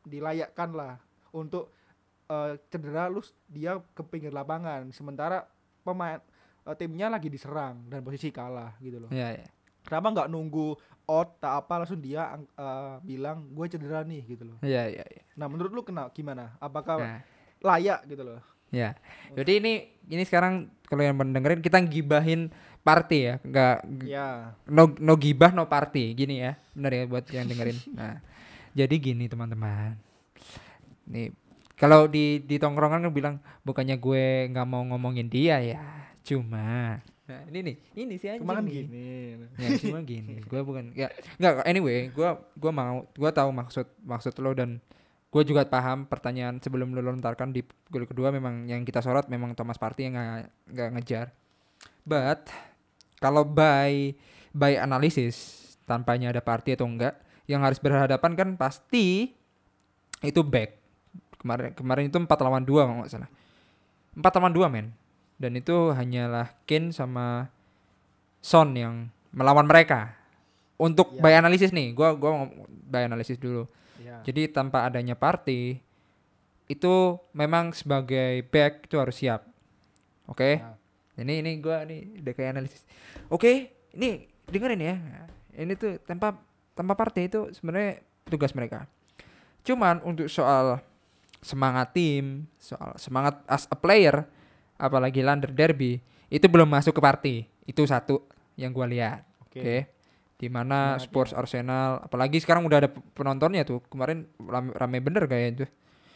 dilayakkan lah untuk cedera lu dia ke pinggir lapangan sementara timnya lagi diserang dan posisi kalah gitu loh. Iya, iya. Kenapa nggak nunggu out tak apa langsung dia bilang gue cedera nih gitu loh. Iya, iya, iya. Nah menurut lu gimana? Apakah Nah, layak gitu loh? ya. Jadi ini sekarang kalau yang mendengarin kita gibahin party ya, nggak Ya. no gibah no party gini ya, benar ya buat yang dengerin. Nah, jadi gini teman-teman. Nih, kalau di tongkrongan kan bilang bukannya gue nggak mau ngomongin dia ya, cuma. Nah, ini si anjing Cuma kan nih. gini. Ya, cuma gini, gue bukan ya nggak anyway, gue tahu maksud lo dan gue juga paham pertanyaan sebelum lo lontarkan di gol kedua memang yang kita sorot memang Thomas Partey yang nggak ngejar. But kalau by analisis tanpanya ada Partey atau enggak, yang harus berhadapan kan pasti itu back. Kemarin itu 4 lawan 2 kalau nggak salah. 4 lawan 2 men. Dan itu hanyalah Kane sama Son yang melawan mereka. Untuk Ya. by analisis nih, gua by analisis dulu. Ya. Jadi tanpa adanya Partey itu memang sebagai back itu harus siap. Oke. Ya. Ini gua nih udah kayak analisis. Oke, ini dengerin ya. Ini tuh tanpa Partey itu sebenarnya tugas mereka. Cuman untuk soal semangat tim, soal semangat as a player, apalagi London Derby, itu belum masuk ke Partey. Itu satu yang gua lihat. Oke. Di mana Semangatnya. Spurs Arsenal, apalagi sekarang udah ada penontonnya tuh. Kemarin rame bener kayaknya itu.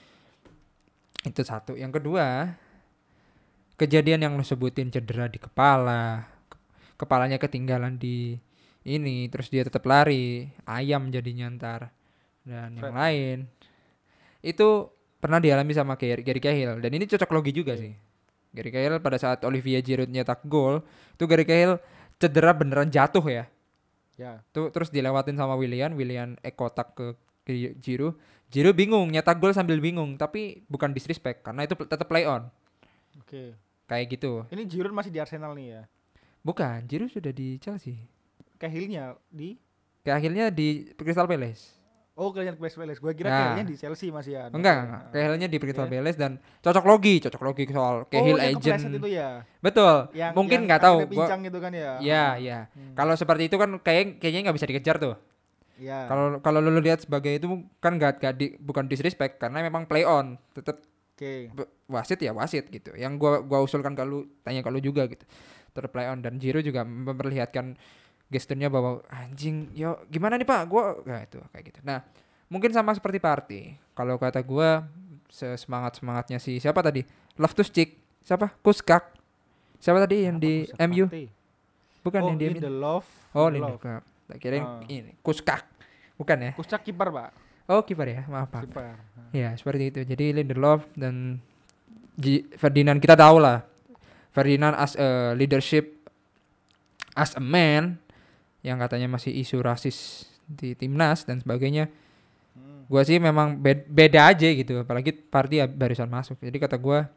Itu satu. Yang kedua, kejadian yang lo sebutin cedera di kepala, kepalanya ketinggalan di ini, terus dia tetap lari, ayam jadinya ntar dan yang Fred. lain. Itu pernah dialami sama Gary Cahill dan ini cocok logi juga sih. Gary Cahill pada saat Olivier Giroud nyetak gol, itu Gary Cahill cedera beneran jatuh ya. Ya. Tuh terus dilewatin sama Willian kotak ke Giroud. Giroud bingung nyetak gol sambil bingung, tapi bukan disrespect karena itu tetap play on. Oke. Kayak gitu. Ini Giroud masih di Arsenal nih ya. Bukan, Giroud sudah di Chelsea. Cahillnya di Akhirnya di Crystal Palace. Oh, kalian Crystal Palace. Gue kira Nah. kayaknya di Chelsea masih ya. Enggak. Cahillnya di Crystal Oke. Palace dan cocok logi soal Cahill yang agent. kepleset itu ya. Betul. Yang Mungkin yang nggak tahu. akhirnya pincang gitu kan ya. Iya. Kalau seperti itu kan kayaknya nggak bisa dikejar tuh. Ya. Kalau lu lihat sebagai itu kan bukan disrespect karena memang play on, tetap Oke. wasit ya wasit gitu. Yang gua usulkan ke lu, tanya ke lu juga gitu. Tetap play on dan Giroud juga memperlihatkan gesturnya bahwa anjing, yo gimana nih Pak? Gua itu kayak gitu. Nah, mungkin sama seperti Partey. Kalau kata gua semangatnya si siapa tadi? Loftus-Cheek. Siapa? Kuskak. Siapa tadi yang di MU? Bukan Oh, yang di MU. Lindelof. Oh, Lindelof. Tak kirain ini Kuskak. Bukan ya? Kuskak kiper, Pak. Oh, kiper ya. Maaf, Pak. Kiper. Ya, seperti itu. Jadi Lindelof dan Ferdinand kita tahu lah. Ferdinand as a leadership, as a man yang katanya masih isu rasis di timnas dan sebagainya. Gua sih memang beda aja gitu. Apalagi Partey barusan masuk. Jadi kata gua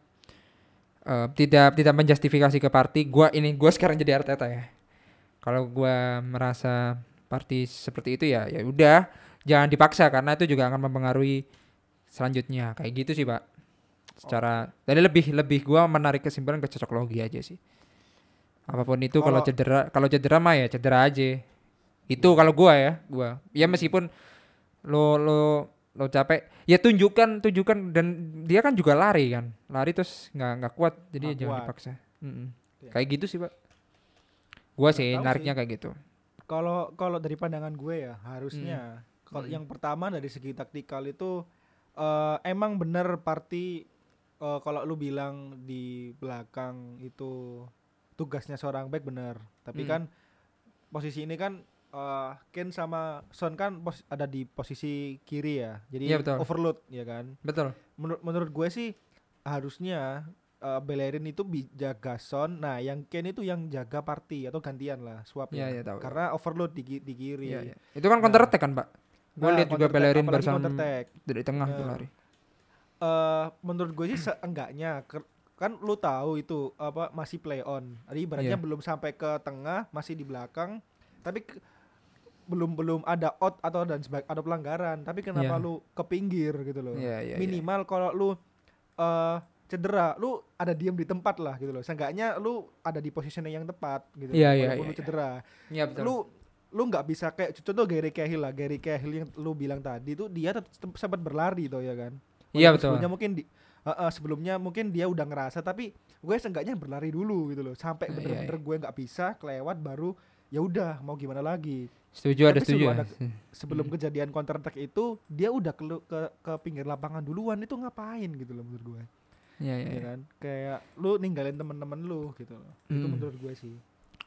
tidak menjustifikasi ke Partey. Gua sekarang jadi Arteta ya. Kalau gua merasa Partey seperti itu ya udah jangan dipaksa karena itu juga akan mempengaruhi selanjutnya kayak gitu sih Pak. Secara jadi lebih gua menarik kesimpulan ke cocok logi aja sih. Apapun itu kalau cedera mah ya cedera aja. Itu kalau gua ya meskipun lo capek ya tunjukkan dan dia kan juga lari terus nggak kuat jadi jangan dipaksa. Kayak gitu sih Pak. Gua sih nariknya kayak gitu. Kalau dari pandangan gue ya harusnya kalau yang pertama dari segi taktikal itu emang bener Partey kalau lu bilang di belakang itu tugasnya seorang back bener, tapi kan posisi ini kan Kane sama Son kan ada di posisi kiri ya, jadi overload ya kan. Betul. Menurut gue sih harusnya Bellerin itu jaga Son, nah yang Kane itu yang jaga Partey atau gantian lah swap ya, karena overload di kiri. Ya. Itu kan counter attack kan Pak. Gue lihat juga Bellerin bersama dari tengah tuh lari. Menurut gue sih seenggaknya kan lu tahu itu apa masih play on, jadi ibaratnya belum sampai ke tengah, masih di belakang, tapi belum ada out atau ada pelanggaran, tapi kenapa lu ke pinggir gitu loh. Minimal kalau lu cedera, lu ada diem di tempat lah gitu loh. Seenggaknya lu ada di positioning yang tepat gitu loh. Iya iya Walaupun iya. lu cedera. Iya betul. Lu nggak bisa kayak contoh Gary Cahill lah. Gary Cahill yang lu bilang tadi tuh dia sempat berlari tuh ya kan. Iya Walaupun betul. sebelumnya mungkin dia udah ngerasa, tapi gue seenggaknya berlari dulu gitu loh. Sampai Iya, bener-bener iya. gue nggak bisa kelewat baru ya udah mau gimana lagi. Setuju, ada Tapi setuju ya. sebelum kejadian counter attack itu dia udah ke pinggir lapangan duluan, itu ngapain gitu loh menurut gue. Iya iya. Ya Iya. kan? Kayak lu ninggalin temen-temen lu gitu loh. Itu Hmm. menurut gue sih.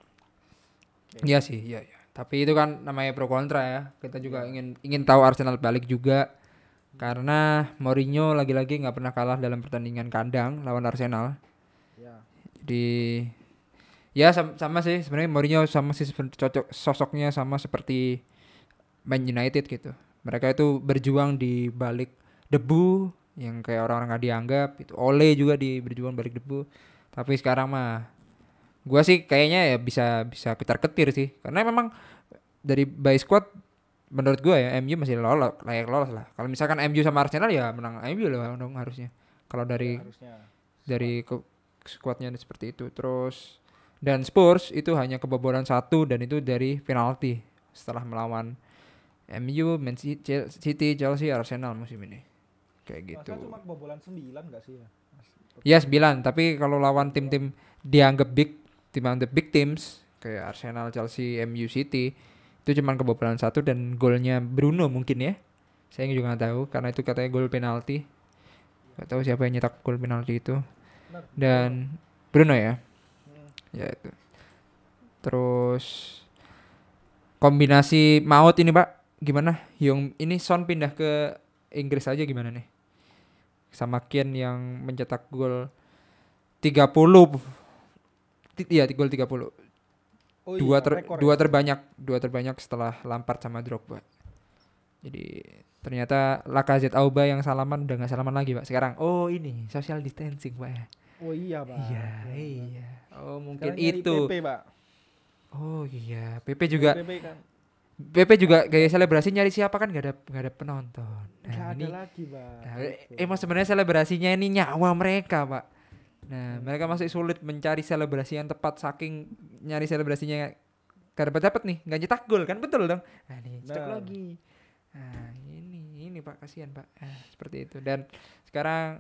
Iya sih, iya iya. Tapi itu kan namanya pro kontra ya. Kita juga Iya. ingin tahu Arsenal balik juga karena Mourinho lagi-lagi nggak pernah kalah dalam pertandingan kandang lawan Arsenal. Ya. Jadi ya sama sih sebenarnya Mourinho sama sih cocok sosoknya sama seperti Man United gitu. Mereka itu berjuang di balik debu yang kayak orang-orang nggak dianggap. Itu Ole juga berjuang balik debu. Tapi sekarang mah gua sih kayaknya ya bisa bisa ketar-ketir sih. Karena memang dari by squad menurut gua ya MU masih lolos, layak lolos lah. Kalau misalkan MU sama Arsenal ya menang MU lah dong harusnya. Kalau Ya, dari harusnya. squadnya seperti itu. Terus dan Spurs itu hanya kebobolan satu dan itu dari penalti setelah melawan MU, Man City, Chelsea, Arsenal musim ini. Kayak gitu. Masa cuma kebobolan 9 enggak sih ya? Ya 9, tapi kalau lawan tim-tim dianggap big teams kayak Arsenal, Chelsea, MU, City itu cuma kebobolan satu dan golnya Bruno mungkin ya. Saya juga nggak tahu karena itu katanya gol penalti. Nggak tahu siapa yang nyetak gol penalti itu. Benar. Dan Bruno ya. Hmm. Ya itu. Terus kombinasi maut ini Pak, gimana? Yang ini Son pindah ke Inggris aja gimana nih? Sama Kane yang mencetak gol 30. Iya, gol 30. Oh iya, rekor ya. Dua terbanyak setelah Lampard sama Drogba. Jadi ternyata Lacazette Auba yang salaman udah nggak salaman lagi Pak sekarang. Oh ini social distancing Pak. Oh iya, Pak. Iya Benar, benar. iya. Oh mungkin Sekarang nyari itu. PP, Pak. Oh iya. PP juga PP kan gaya selebrasi nyari siapa kan nggak ada penonton. nggak Nah ada ini lagi, Pak. nah, Gitu. emang sebenarnya selebrasinya ini nyawa mereka Pak. Nah mereka masih sulit mencari selebrasi yang tepat saking nyari selebrasinya gak dapat nih nggak nyetak gol kan betul dong. Nah nih cetak Nah. lagi. Nah ini Pak kasihan Pak. Seperti itu dan sekarang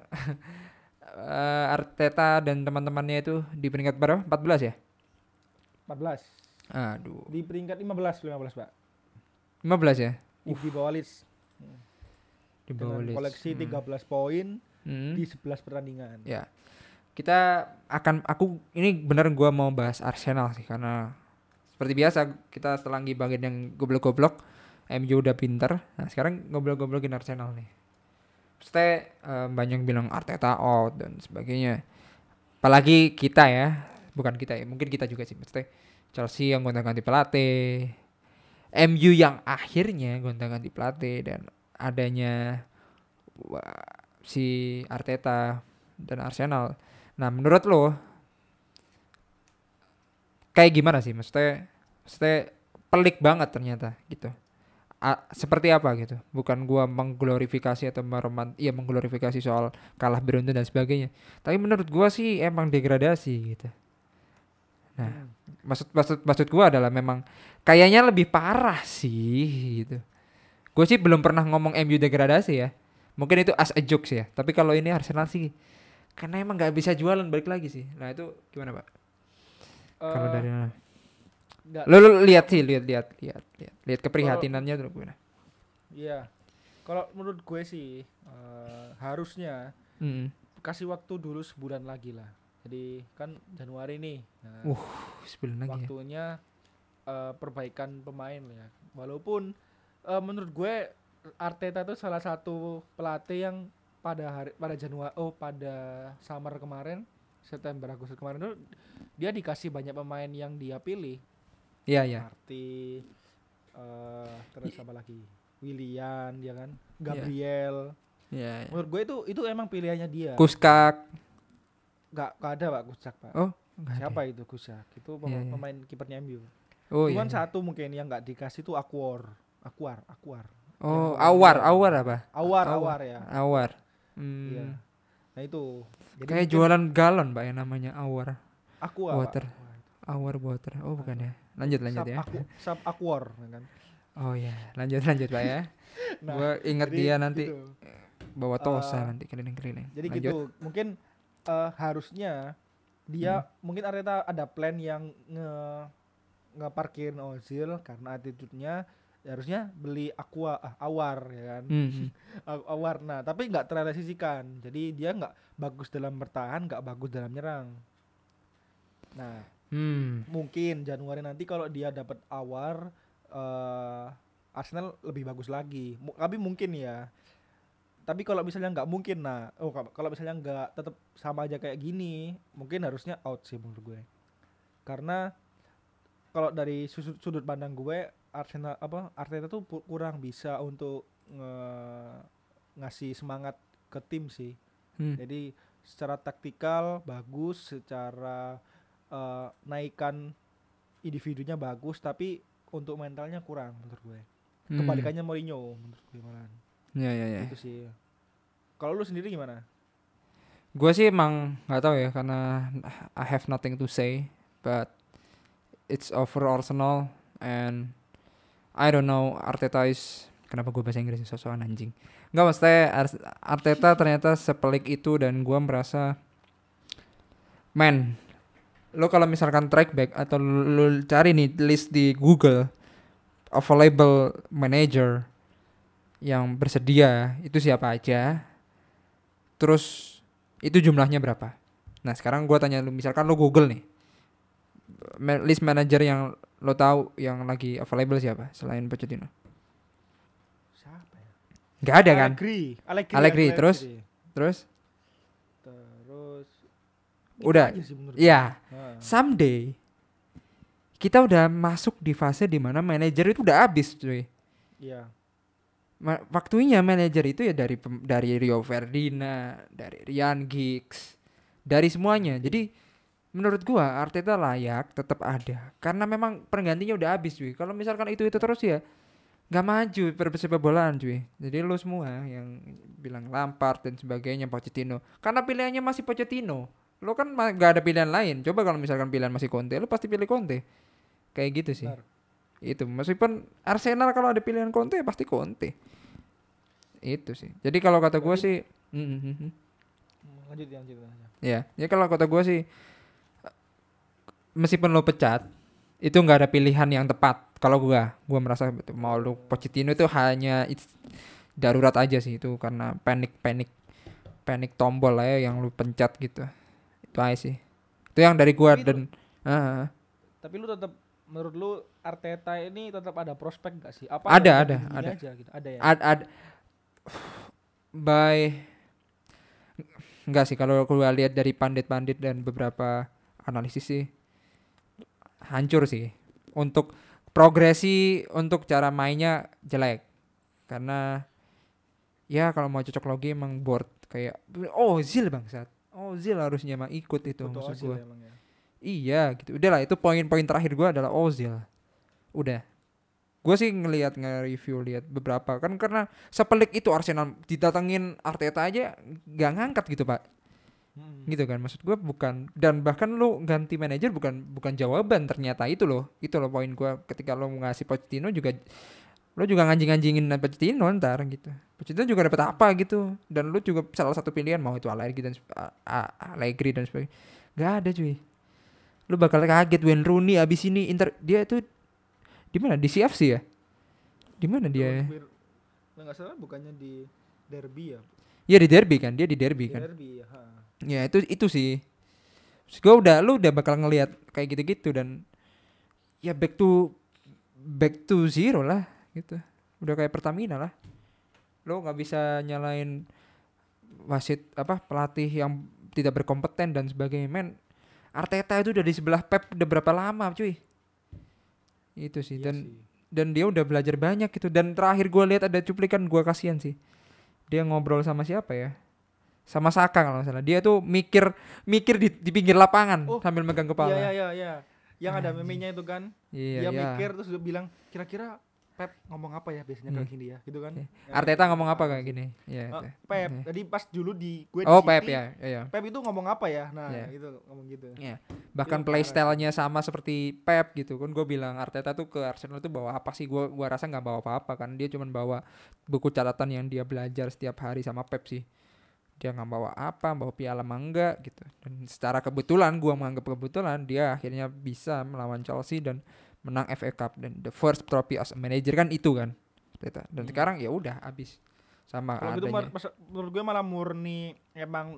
Arteta dan teman-temannya itu di peringkat berapa? 14 ya? 14. Aduh. Di peringkat 15, Pak. 15 ya? Di bawah Leeds. Di bawah Dengan Leeds. koleksi 13 poin Hmm. di 11 pertandingan. Ya. Kita aku ini bener gua mau bahas Arsenal sih karena seperti biasa kita setelah ngibangin yang goblok-goblok MU udah pinter. Nah, sekarang goblok-goblokin Arsenal nih. Maksudnya banyak bilang Arteta out dan sebagainya. Apalagi kita ya, bukan kita ya, mungkin kita juga sih. Maksudnya Chelsea yang gonta-ganti pelatih, MU yang akhirnya gonta-ganti pelatih dan adanya si Arteta dan Arsenal. Nah, menurut lo kayak gimana sih? Maksudnya pelik banget ternyata gitu. Seperti apa gitu? Bukan gua mengglorifikasi atau mengglorifikasi soal kalah beruntun dan sebagainya. Tapi menurut gua sih emang degradasi gitu. Nah, maksud gua adalah memang kayaknya lebih parah sih gitu. Gue sih belum pernah ngomong MU degradasi ya. Mungkin itu as a jokes ya. Tapi kalau ini Arsenal sih karena emang nggak bisa jualan balik lagi sih. Nah itu gimana Pak? Kalau Eh, dari mana? nggak- Lo lihat sih, lihat keprihatinannya tuh gimana? Iya. Kalau menurut gue sih harusnya Mm. kasih waktu dulu sebulan lagi lah. Jadi kan Januari nih. Nah, Sebulan lagi ya. waktunya perbaikan pemain ya. Walaupun menurut gue Arteta tuh salah satu pelatih yang pada summer kemarin, September Agustus kemarin tuh dia dikasih banyak pemain yang dia pilih. Iya iya. Marti terus apa lagi? Willian ya kan, Gabriel. Iya. Menurut gue itu emang pilihannya dia. Kuskak. Nggak ada Pak Kusak, Pak. Oh, enggak ada. Siapa itu Kusak? Itu Iya, iya. pemain kipernya MU. Oh Cuman iya. satu mungkin yang nggak dikasih tuh Akuar. Oh, Yang Awar apa? Awar ya. Awar. Iya. Nah itu Jadi Kayak mungkin jualan galon Pak yang namanya Awar Aqua, Pak. Water. Awar Water. Oh bukan ya. Lanjut ya. Sub Aquor ya kan. Oh ya, lanjut Pak ya. Nah, Gua inget jadi dia nanti gitu. bawa tosa Eh, nanti keliling-keliling. Jadi Lanjut. gitu, mungkin harusnya dia mungkin Arteta ada plan yang ngeparkirin Ozil karena attitude-nya harusnya beli Awar ya kan. Hmm. Awar. Nah, tapi nggak terrealisasikan. Jadi dia nggak bagus dalam bertahan, nggak bagus dalam nyerang. Nah, Hmm. mungkin Januari nanti kalau dia dapat Awar Arsenal lebih bagus lagi. Tapi mungkin ya. Tapi kalau misalnya nggak mungkin, nah, kalau misalnya nggak tetap sama aja kayak gini, mungkin harusnya out sih menurut gue. Karena kalau dari sudut pandang gue, Arteta tuh kurang bisa untuk ngasih semangat ke tim sih. Hmm. Jadi secara taktikal bagus, secara naikkan individunya bagus, tapi untuk mentalnya kurang menurut gue. Kebalikannya Mourinho menurut gue malah. Ya. Itu sih. Kalau lu sendiri gimana? Gue sih emang nggak tahu ya karena I have nothing to say, but it's over Arsenal and I don't know Arteta is kenapa gue bahasa Inggris sosokan anjing. Nggak maksudnya Arteta ternyata sepelik itu dan gue merasa lo kalau misalkan track back atau lo cari nih list di Google available manager yang bersedia itu siapa aja, terus itu jumlahnya berapa. Nah sekarang gue tanya lu, misalkan lo Google nih list manager yang lo tahu yang lagi available siapa selain Pochettino? Siapa ya? Nggak ada kan? Allegri. Terus udah ya. Someday kita udah masuk di fase dimana manajer itu udah habis cuy. Iya. Waktunya manajer itu ya dari Rio Ferdinand, dari Ryan Giggs, dari semuanya. Jadi menurut gua Arteta layak tetap ada karena memang penggantinya udah habis cuy. Kalau misalkan itu terus ya nggak maju persepak bolaan cuy. Jadi lo semua yang bilang Lampard dan sebagainya Pochettino karena pilihannya masih Pochettino. Lo kan nggak ada pilihan lain. Coba kalau misalkan pilihan masih Conte, lo pasti pilih Conte. Kayak gitu sih. Benar. Itu meskipun Arsenal kalau ada pilihan Conte ya pasti Conte. Itu sih. Jadi kalau kata gue sih lanjut. ya kalau kata gue sih meskipun lo pecat itu nggak ada pilihan yang tepat. Kalau gue merasa betul mau lo Pochettino itu hanya darurat aja sih itu karena panik tombol lah ya yang lo pencet gitu. Itu aja sih. Itu yang dari gue dan tapi lu tetap menurut lu Arteta ini tetap ada prospek gak sih? Apa ada. Aja gitu? Ada ya? Ada. Enggak sih kalau gue lihat dari pandit-pandit dan beberapa analisis sih hancur sih. Untuk progresi untuk cara mainnya jelek. Karena ya kalau mau cocok logi emang board kayak Ozil bangsat. Ozil harusnya emang ikut itu maksud gue. Ya? Iya gitu. Udahlah itu poin-poin terakhir gue adalah Ozil. Udah. Gue sih nge-review lihat beberapa kan karena sepelik itu Arsenal didatengin Arteta aja gak ngangkat gitu pak. Gitu kan maksud gue bukan dan bahkan lu ganti manajer bukan jawaban ternyata itu loh poin gue ketika lo ngasih Pochettino juga lo juga nganjing-nganjingin Pochettino ntar gitu. Pochettino juga dapat apa gitu dan lu juga salah satu pilihan mau itu Allegri dan sebagainya. Gak ada cuy. Lu bakal kaget Wayne Rooney abis ini dia itu di mana di CFC ya? Di mana dia? Nggak salah bukannya di Derby ya? Iya di Derby kan, dia di Derby kan. Derby ya. Ya itu sih. Lu udah bakal ngelihat kayak gitu-gitu dan ya back to zero lah gitu. Udah kayak Pertamina lah. Lu nggak bisa nyalain wasit pelatih yang tidak berkompeten dan sebagainya. Men, Arteta itu udah di sebelah Pep udah berapa lama cuy. Itu sih Iya dan dia udah belajar banyak gitu dan terakhir gue lihat ada cuplikan gue kasihan sih dia ngobrol sama siapa ya sama Saka kalau nggak salah dia tuh mikir di pinggir lapangan sambil megang kepala iya yang ada memenya itu kan dia mikir terus dia bilang kira-kira Pep ngomong apa ya biasanya kayak gini ya gitu kan. Iya. Ya, Arteta ngomong apa parah kayak sih. gini? Iya itu. Pep, Iya. jadi pas dulu di gue di Oh Pep City, ya, iya. Pep itu ngomong apa ya? Nah, Iya. itu ngomong gitu. Iya. Itu Bahkan parah sih. playstyle-nya sama seperti Pep gitu kan. Gue bilang Arteta tuh ke Arsenal tuh bawa apa sih? Gua rasa nggak bawa apa-apa kan. Dia cuma bawa buku catatan yang dia belajar setiap hari sama Pep sih. Dia nggak bawa apa, bawa piala mangga gitu. Dan secara kebetulan, gua menganggap kebetulan dia akhirnya bisa melawan Chelsea dan menang FA Cup dan the first trophy as a manager kan itu kan. Arteta. Dan sekarang ya udah habis sama Kalau gitu adanya. menurut gue malah murni emang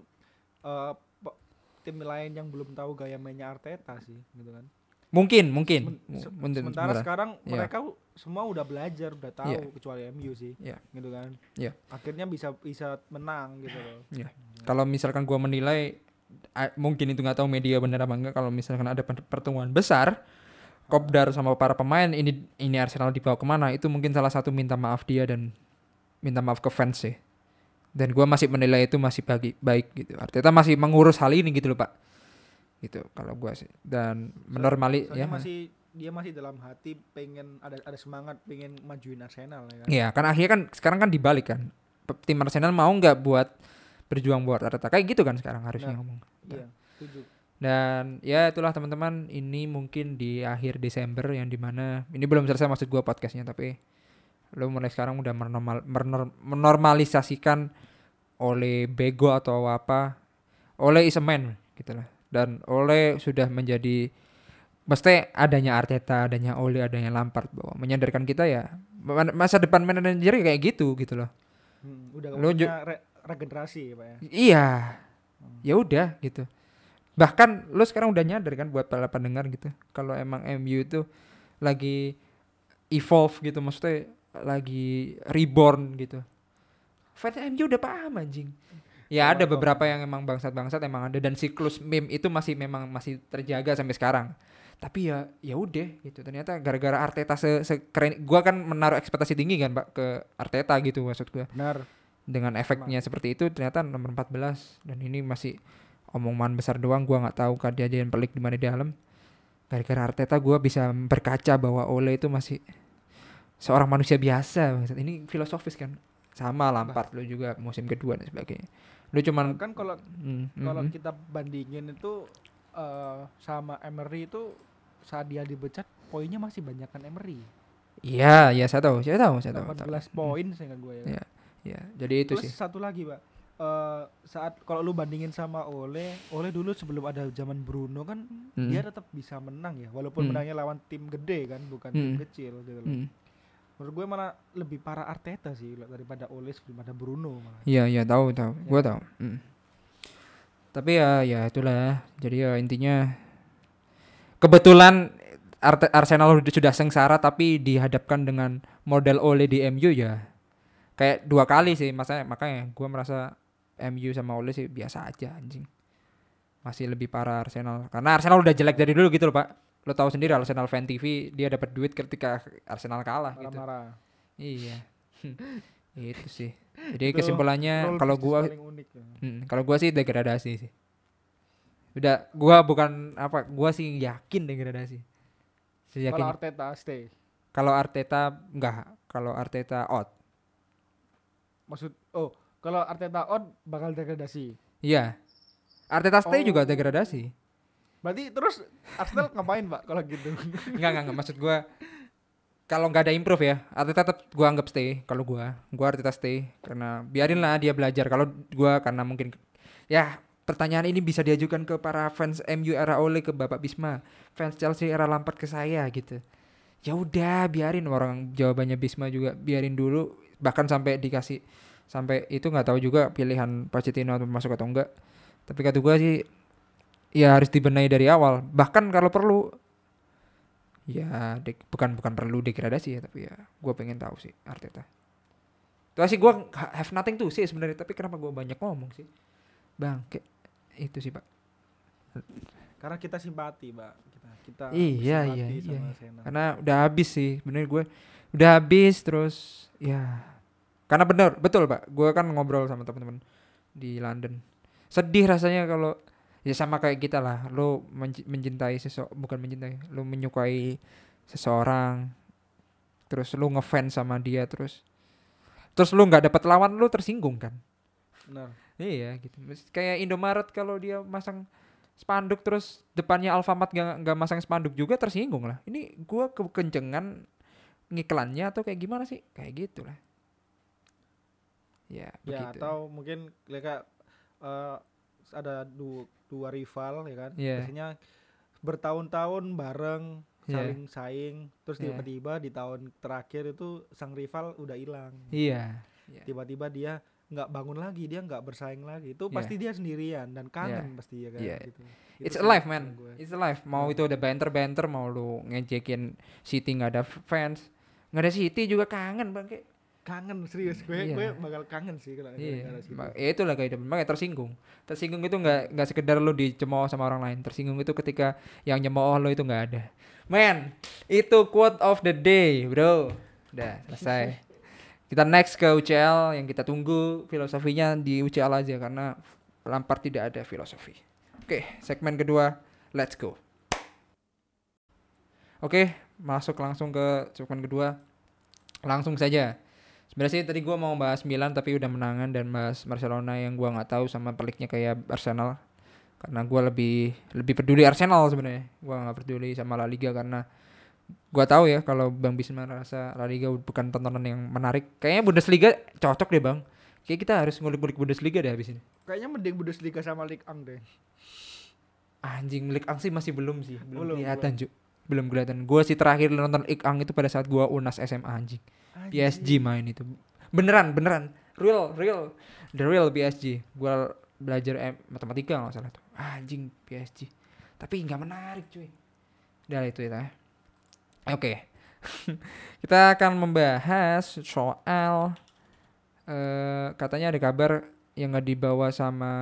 tim lain yang belum tahu gaya mainnya Arteta sih gitu kan. Mungkin. Sementara sekarang Iya. mereka semua udah belajar, udah tahu Iya. kecuali MU sih. Iya. Gitu kan. Iya. Akhirnya bisa menang gitu loh. Iya. Kalau misalkan gua menilai mungkin itu nggak tahu media benar apa enggak, kalau misalkan ada pertemuan besar Kopdar sama para pemain ini Arsenal dibawa kemana, itu mungkin salah satu minta maaf dia dan minta maaf ke fans sih. Dan gua masih menilai itu masih baik gitu. Arteta masih mengurus hal ini gitu loh Pak. Gitu kalau gua sih. Dan menormali ya. Dia masih dalam hati pengen ada semangat pengen majuin Arsenal ya kan. Iya, kan akhirnya kan sekarang kan dibalik kan. Tim Arsenal mau nggak buat berjuang buat Arteta kayak gitu kan sekarang harusnya ngomong. Iya, setuju. Dan ya itulah teman-teman, ini mungkin di akhir Desember yang dimana ini belum selesai maksud gua podcastnya, tapi lo mulai sekarang udah menormalisasikan oleh bego atau apa, oleh is a man gitu lah. Dan oleh sudah menjadi mesti adanya Arteta, adanya Ole, adanya Lampard bahwa menyadarkan kita ya masa depan manajer kayak gitu loh. Udah Lo punya regenerasi ya Pak ya. Iya. Ya udah gitu. Bahkan lo sekarang udah nyadar kan buat para pendengar gitu. Kalau emang MU itu lagi evolve gitu, maksudnya lagi reborn gitu. Fans MU udah paham anjing. Ya ada beberapa yang emang bangsat-bangsat emang ada, dan siklus meme itu masih terjaga sampai sekarang. Tapi ya udah gitu. Ternyata gara-gara Arteta sekeren, gua kan menaruh ekspektasi tinggi kan Pak ke Arteta gitu maksud gua. Benar. Dengan efeknya seperti itu ternyata nomor 14, dan ini masih omongan besar doang. Gua nggak tahu kejadian pelik di mana di dalam. Gara-gara Arteta gua bisa berkaca bahwa Ole itu masih seorang manusia biasa. Ini filosofis kan. Sama Lampard lo juga musim kedua dan sebagainya. Lu cuman kan kalau kita bandingin itu sama Emery itu saat dia dipecat poinnya masih banyak kan Emery. Iya, saya tahu. 18 poin seingat gue ya. Iya, jadi itu sih. Terus satu lagi, Pak. Saat kalau lu bandingin sama Ole dulu sebelum ada zaman Bruno kan dia tetap bisa menang ya, walaupun menangnya lawan tim gede kan, bukan tim kecil gitu loh. Menurut gue malah lebih parah Arteta sih daripada Ole sebelum ada Bruno malah. Iya, tahu. Gue tahu. Tapi ya itulah. Jadi ya intinya kebetulan Arsenal sudah sengsara tapi dihadapkan dengan model Ole di MU ya. Kayak 2 kali sih makanya gue merasa MU sama Ole sih biasa aja anjing. Masih lebih parah Arsenal. Karena Arsenal udah jelek dari dulu gitu loh, Pak. Lo tahu sendiri Arsenal Fan TV dia dapat duit ketika Arsenal kalah gitu. Iya. Itu sih. Jadi kesimpulannya kalau gua sih degradasi sih. Udah gua sih yakin degradasi. Kalau Arteta stay. Kalau Arteta enggak, kalau Arteta out. Kalau Arteta out bakal degradasi. Iya. Arteta stay juga degradasi. Berarti terus Arsenal ngapain Pak kalau gitu? Enggak, maksud gua kalau nggak ada improve ya, Arteta tetap gua anggap stay. Kalau gua Arteta stay karena biarinlah dia belajar. Kalau gua karena mungkin ya pertanyaan ini bisa diajukan ke para fans MU era Ole, ke Bapak Bisma, fans Chelsea era Lampard ke saya gitu. Ya udah biarin orang jawabannya Bisma juga biarin dulu, bahkan sampai itu nggak tahu juga pilihan Pochettino atau masuk atau enggak. Tapi kata gua sih ya harus dibenahi dari awal. Bahkan kalau perlu ya bukan perlu degradasi ya, tapi ya gue pengen tahu sih Arteta. Itu sih gue have nothing to say sebenarnya, tapi kenapa gue banyak ngomong sih bang, kayak itu sih Pak. Karena kita simpati Pak, kita iya sama Arsenal. Karena udah habis sih bener, gue udah habis terus ya. Karena betul Pak, gue kan ngobrol sama teman-teman di London, sedih rasanya kalau ya sama kayak kita lah, lo menyukai seseorang terus lu ngefans sama dia, terus lu nggak dapat lawan, lu tersinggung kan. Benar. Iya gitu. Kayak Indomaret kalau dia masang spanduk terus depannya Alfamart nggak masang spanduk juga, tersinggung lah. Ini gua kekencengan ngiklannya atau kayak gimana sih? Kayak gitu lah. Ya Ya begitu. atau mungkin mereka eh, ada dua rival ya kan. Iya, Biasanya bertahun-tahun bareng iya, saling saing, terus iya, tiba-tiba di tahun terakhir itu sang rival udah hilang gitu. iya, iya, Tiba-tiba dia nggak bangun lagi, dia nggak bersaing lagi, itu iya, pasti dia sendirian dan iya, kangen pasti ya kan iya. gitu. Itu It's sih alive kalau man, gue. it's alive. Mau Nah, itu ada banter-banter, mau lu ngejekin City nggak ada fans, nggak ada City juga kangen bang. Kayak kangen serius, gue iya, bakal kangen sih kalau iya. gara-gara situ. Ya itulah kehidupan. Makanya tersinggung. Tersinggung itu nggak sekedar lu dicemooh sama orang lain. Tersinggung itu ketika yang nyemooh lo itu nggak ada. Man, itu quote of the day, bro. Udah selesai. Kita next ke UCL yang kita tunggu filosofinya di UCL aja karena Lampard tidak ada filosofi. Oke, segmen kedua, let's go. Oke, masuk langsung ke segmen kedua. Langsung saja. Sebenarnya sih tadi gua mau bahas Milan tapi udah menangan dan bahas Barcelona yang gua nggak tahu sama peliknya kayak Arsenal. Karena gua lebih peduli Arsenal sebenarnya. Gua nggak peduli sama La Liga karena gua tahu ya kalau Bang Bisma rasa La Liga bukan tontonan yang menarik. Kayaknya Bundesliga cocok deh Bang. Kayak kita harus ngulik-ngulik Bundesliga deh habis ini. Kayaknya mending Bundesliga sama Ligue 1 deh. Anjing, Ligue 1 sih masih belum sih, belum Belum, kelihatan belum. Cuk. Belum kelihatan. Gua sih terakhir nonton Ligue 1 itu pada saat gua UNAS SMA anjing. PSG Anjing. main itu. Beneran, beneran. Real. The real PSG. Gua belajar matematika nggak salah tuh. Anjing PSG. Tapi nggak menarik cuy. Udah itu ya. Oke. Kita akan membahas soal katanya ada kabar yang nggak dibawa sama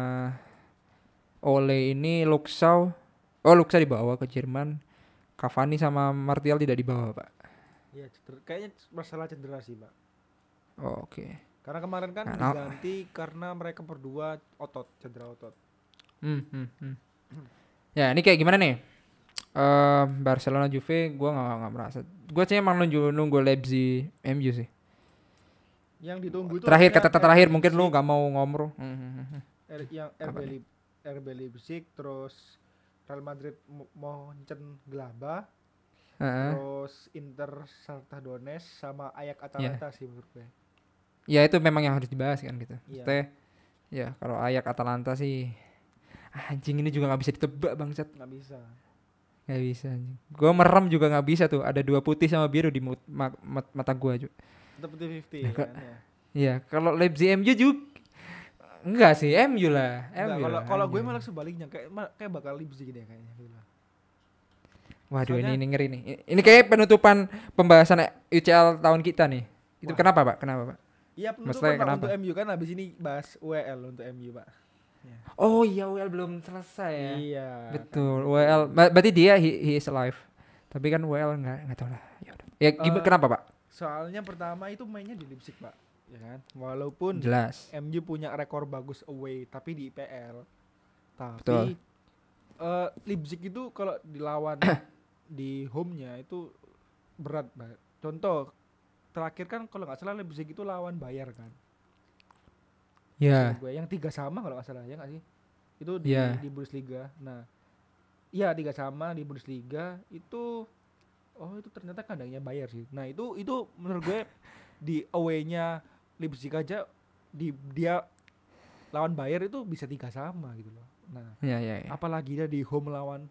Ole ini Luxau. Oh, Luxau dibawa ke Jerman. Cavani sama Martial tidak dibawa, Pak. Ya, kayaknya masalah cedera sih, Pak. Oh, oke. Karena kemarin kan Nah, diganti karena mereka berdua cedera otot. hmm, hmm, hmm. Ya, ini kayak gimana nih? Barcelona Juve gue nggak merasa. Gue sih emang nunggu Leipzig MU sih. Yang ditunggu itu Terakhir harusnya kata RB terakhir mungkin lu Leipzig, nggak mau ngomong. yang Apa nih? RB Leipzig, terus Real Madrid Mönchengladbach, Heeh. terus Inter Shakhtar Donetsk sama Ajax Ya, Atalanta sih menurut gue. ya itu memang yang harus dibahas kan gitu. Iya, Maksudnya, ya kalau Ajax Atalanta sih, anjing ini juga nggak bisa ditebak bangsat. nggak bisa. Nggak bisa anjing. Gue merem juga nggak bisa tuh. Ada dua putih sama biru di mata gue juga. Tetap 50-50 Nah, ya kan ya. iya kalau Leipzig MU juga enggak sih MU lah, Enggak, MU kalau lah kalau gue anjing. malah sebaliknya, kayak bakal Leipzig deh kayaknya gitu lah. Waduh Soalnya ini ngeri nih. Ini kayak penutupan pembahasan UCL tahun kita nih. Itu wah, kenapa Pak? Kenapa Pak? iya penutupan Maksudnya Pak kenapa? untuk MU kan habis ini bahas WL untuk MU, Pak. Ya. Oh iya WL belum selesai ya. Iya, kan Betul gitu. WL. Berarti dia he is alive. Tapi kan WL nggak tahu lah. Ya udah. Ya gimana Eh, kenapa Pak? soalnya pertama itu mainnya di Leipzig, Pak. Ya kan? Walaupun Jelas. MU punya rekor bagus away tapi di IPL. Betul. Tapi Leipzig itu kalau dilawan di home-nya itu berat banget. Contoh terakhir kan kalau nggak salah Leipzig itu lawan Bayern kan. Seingat Ya. gue yang 3 sama kalau nggak salah ya nggak sih? Itu Ya. di Bundesliga. Nah, iya 3 sama di Bundesliga itu oh itu ternyata kandangnya Bayern sih. Nah, itu menurut gue di away-nya Leipzig aja dia lawan Bayern itu bisa 3 sama gitu loh. Nah, Ya. apalagi dia di home lawan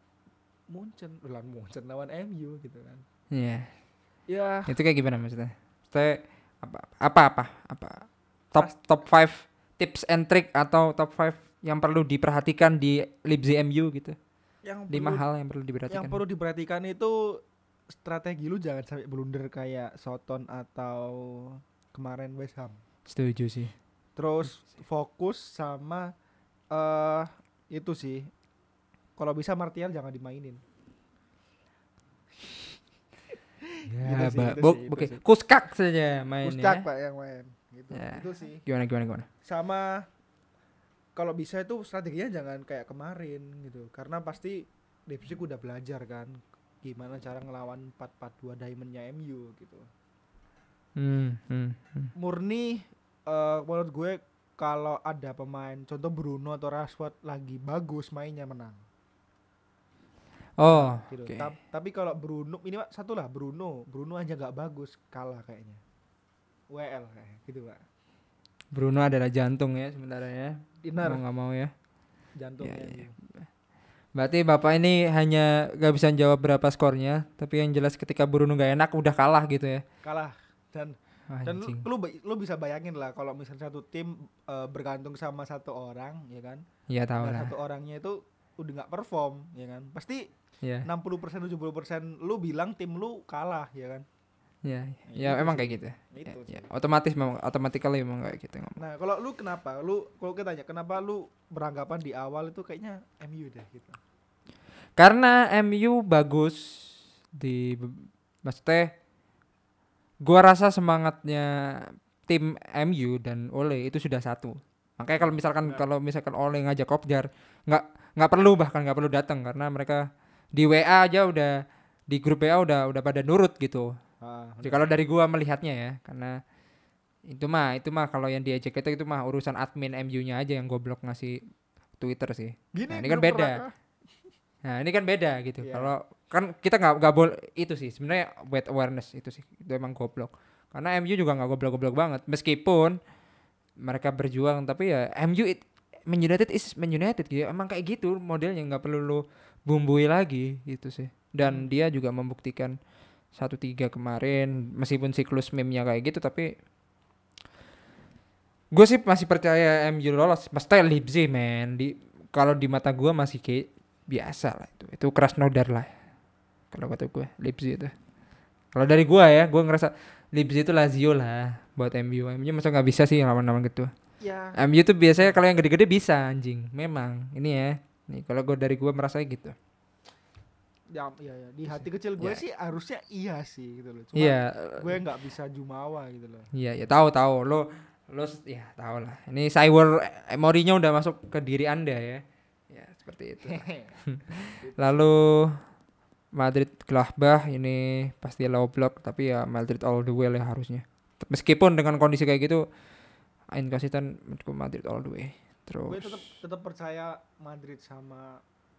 Munchen lawan MU gitu kan. Ya. Ya, Itu kayak gimana maksudnya? Maksudnya apa? Top 5 tips and trick atau top 5 yang perlu diperhatikan di Leipzig MU gitu. yang 5 perlu hal yang perlu diperhatikan. diperhatikan itu strategi lu jangan sampai blunder kayak Soton atau kemarin West Ham. Setuju sih. Terus fokus sama eh itu sih. Kalau bisa Martial jangan dimainin. Ya, Gitu sih, itu sih, itu oke. sih. Kuskak saja mainnya. Puskak Pak yang main gitu. Ya. Itu sih. Gimana? Sama kalau bisa itu strateginya jangan kayak kemarin gitu. Karena pasti Leipzig udah belajar kan gimana cara ngelawan 4-4-2 diamondnya MU gitu. Murni menurut gue kalau ada pemain contoh Bruno atau Rashford lagi bagus mainnya menang. Oh, Gitu. oke. Tapi kalau Bruno ini Pak, satu lah Bruno aja nggak bagus kalah kayaknya. WL kayak gitu Pak. Bruno adalah jantung ya sementara ya. Mau Dinner nggak mau ya. Ya, jantungnya ya. MU. Berarti Bapak ini hanya gak bisa jawab berapa skornya, tapi yang jelas ketika Bruno gak enak udah kalah gitu ya. Kalah dan Anjing. lu bisa bayangin lah kalau misalnya satu tim bergantung sama satu orang ya kan. Iya tahu Nah, lah. satu orangnya itu udah nggak perform ya kan. Pasti Iya. 60% 70% lu bilang tim lu kalah ya kan. Iya. Nah, Ya itu emang sih. kayak gitu. Ya, Itu ya. sih. Otomatis memang automatically memang kayak gitu ngomong. Nah, kalau lu kenapa? Kalau kita tanya kenapa lu beranggapan di awal itu kayaknya MU deh gitu. Karena MU bagus di maksudnya gua rasa semangatnya tim MU dan Ole itu sudah satu. Makanya Benar. kalau misalkan Ole ngajak Kopjar nggak nggak perlu datang karena mereka di WA aja udah di grup WA udah pada nurut gitu. Jadi Benar. kalau dari gua melihatnya ya karena itu mah kalau yang diajak itu mah urusan admin MU-nya aja yang goblok ngasih Twitter sih. Gini Nah, ini kan grup beda. neraka. Nah, ini kan beda gitu. Iya. Kalau kan kita nggak boleh itu sih sebenarnya weight awareness itu sih. Itu emang goblok. Karena MU juga nggak goblok-goblok banget meskipun mereka berjuang tapi ya Man United is Man United gitu. Emang kayak gitu modelnya nggak perlu lu bumbui lagi gitu sih. Dan dia juga membuktikan 1-3 kemarin meskipun siklus meme-nya kayak gitu tapi gue sih masih percaya MU lolos. Pasti Leipzig men kalau di mata gue masih kayak biasa lah itu Krasnodar lah kalau kata gue Leipzig itu. Kalau dari gue ya gue ngerasa Leipzig itu Lazio lah buat MU masa nggak bisa sih lawan-lawan gitu. Ya. MU tuh biasanya kalau yang gede-gede bisa anjing memang ini ya nih kalau gue dari gue merasa gitu. Ya, ya, di hati kecil gue Ya. sih harusnya iya sih gitu loh. Cuma Iya gue nggak bisa jumawa gitu loh. iya ya tahu lo ya tahu lah ini cyber Mourinho udah masuk ke diri anda ya seperti itu. Lalu Madrid Gladbach ini pasti low block tapi ya Madrid all the way lah harusnya. Meskipun dengan kondisi kayak gitu inconsistent menurutku Madrid all the way. Gue Terus tetap percaya Madrid sama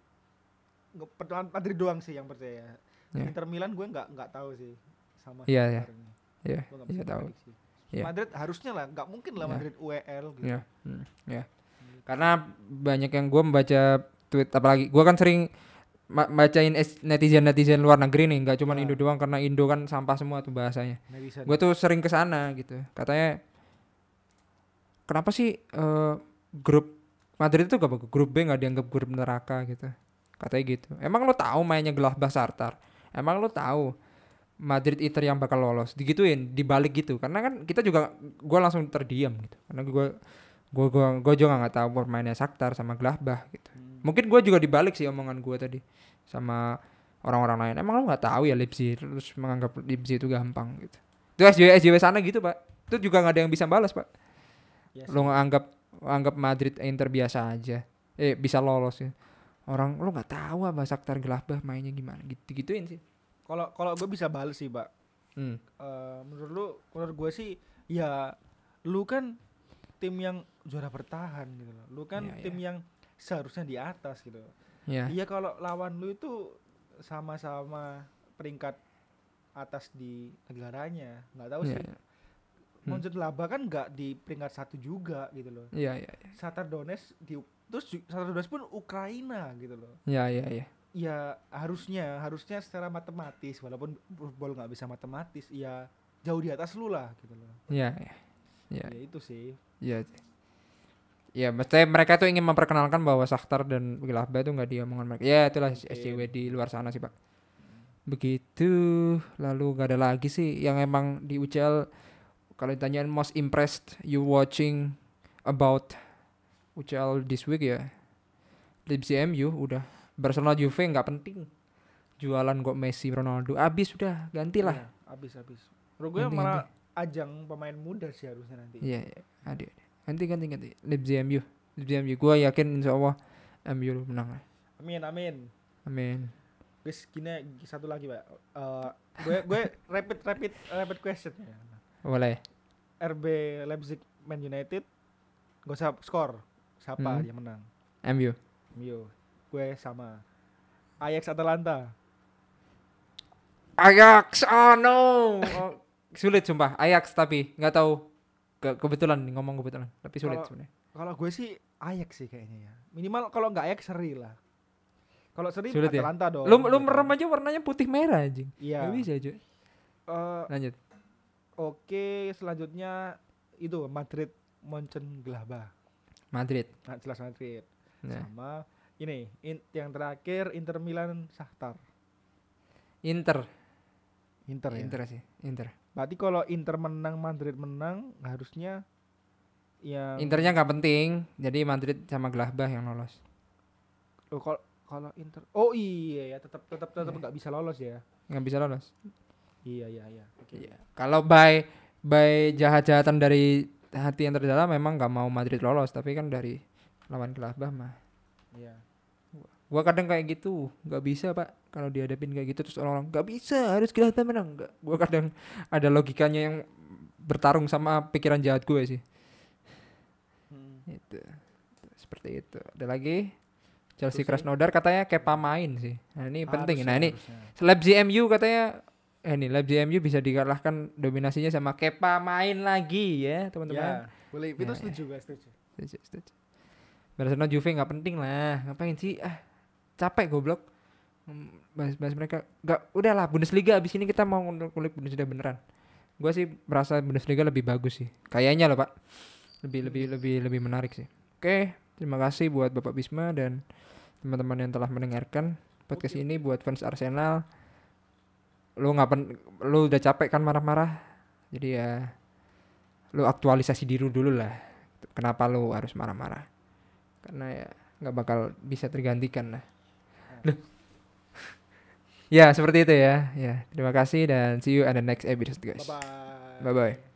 Madrid doang sih yang percaya. ya. Inter Milan gue nggak tahu sih sama Iya ya. Shakhtar ini. Ya, Gue nggak iya bisa tahu. prediksi. Iya. Madrid harusnya lah, nggak mungkin lah Ya. Madrid UEL gitu. Ya. Ya. Karena banyak yang gue membaca tweet apalagi gue kan sering bacain netizen luar negeri nih nggak cuma Ya. Indo doang karena Indo kan sampah semua tuh bahasanya. Netizen. Gue tuh sering kesana gitu katanya kenapa sih grup Madrid itu gak bagus grup B nggak dianggap grup neraka gitu katanya gitu. Emang lo tahu mainnya Gladbach Shakhtar? Emang lo tahu Madrid Inter yang bakal lolos digituin dibalik gitu karena kan kita juga gue langsung terdiam gitu karena gue juga nggak tahu permainnya Shakhtar sama Gladbach gitu. Mungkin gue juga dibalik sih omongan gue tadi sama orang-orang lain. Emang lo nggak tahu ya Leipzig terus menganggap Leipzig itu gampang gitu. Itu SJW sana gitu pak. Itu juga nggak ada yang bisa balas pak. Yes. Lo anggap Madrid Inter biasa aja. Bisa lolos ya. Orang lo nggak tahu apa Shakhtar Gladbach mainnya gimana gituin sih. Kalau gue bisa balas sih, Pak. Hmm. Menurut gue sih ya lu kan tim yang juara bertahan gitu loh. Lu kan Iya, tim yang seharusnya di atas gitu. Iya. Iya kalau lawan lu itu sama-sama peringkat atas di negaranya, nggak tahu Iya, sih. iya. Mönchengladbach kan nggak di peringkat 1 juga gitu loh. Iya. Shakhtar Donetsk Shakhtar Donetsk pun Ukraina gitu loh. Iya. Ya harusnya secara matematis walaupun football nggak bisa matematis ya jauh di atas lu lah gitu loh. Iya. Ya itu sih. Iya. Ya, mestinya mereka tuh ingin memperkenalkan bahwa Shakhtar dan Gladbach itu nggak diomongin mereka. Ya, itulah SJW di luar sana sih, Pak. Begitu, lalu gak ada lagi sih yang emang di UCL kalau ditanyain most impressed you watching about UCL this week ya. Leipzig MU udah Barcelona Juve nggak penting. Jualan kok Messi Ronaldo habis udah gantilah. Iya, habis. Menurut gue malah ajang pemain muda sih harusnya nanti. Iya, ada. Ganti. Leipzig MU. Gue yakin insyaallah MU menang. Amin. Guys, gini satu lagi, Pak. Gue rapid question ya. Boleh. RB Leipzig Man United. Gak usah skor. Siapa dia menang? MU. MU. Gue sama. Ajax Atalanta. Ajax, oh no. Oh, sulit sumpah. Ajax tapi nggak tahu. Kebetulan nih, ngomong kebetulan. Tapi sulit sebenarnya. Kalau gue sih Ajax sih kayaknya ya. Minimal kalau nggak Ajax seri lah. Kalau seri Sulit ya? Atalanta dong. Lu merem aja warnanya putih merah anjing. Iya. Gak bisa aja. Lanjut. Oke, selanjutnya itu Madrid Mönchengladbach. Madrid. Nah, jelas Madrid. Nah. Sama ini yang terakhir Inter Milan Shakhtar. Inter ya. Inter sih. Inter. Berarti kalau Inter menang Madrid menang harusnya yang Internya nggak penting. Jadi Madrid sama Gladbach yang lolos. Kalau Inter, oh iya ya, tetap nggak bisa lolos ya. Nggak bisa lolos. Iya. Okay. Iya. Kalau by jahat-jahatan dari hati yang terdalam memang nggak mau Madrid lolos, tapi kan dari lawan Gladbach mah. Iya. Gua kadang kayak gitu, nggak bisa pak. Kalau dihadapin kayak gitu terus orang-orang nggak bisa, harus Gladbach menang. Nggak. Gua kadang ada logikanya yang bertarung sama pikiran jahat gue sih. Itu seperti itu. Ada lagi Chelsea Krasnodar katanya Kepa main sih. Nah ini penting. Nah ini Leipzig MU katanya ini Leipzig MU bisa dikalahkan dominasinya sama Kepa main lagi ya teman-teman. Ya, boleh. Itu setuju. Barcelona Juve nggak penting lah. Ngapain sih? Capek goblok. Bahas mereka. Nggak, udahlah Bundesliga abis ini kita mau ngulik Bundesliga beneran. Gua sih merasa Bundesliga lebih bagus sih. Kayaknya loh pak. Lebih menarik sih. Oke, terima kasih buat Bapak Bisma dan teman-teman yang telah mendengarkan podcast ini. Buat fans Arsenal, lu udah capek kan marah-marah, jadi ya lu aktualisasi diri dulu lah. Kenapa lu harus marah-marah? Karena ya nggak bakal bisa tergantikan lah. Ya seperti itu ya. Ya terima kasih dan see you on the next episode guys. Bye bye.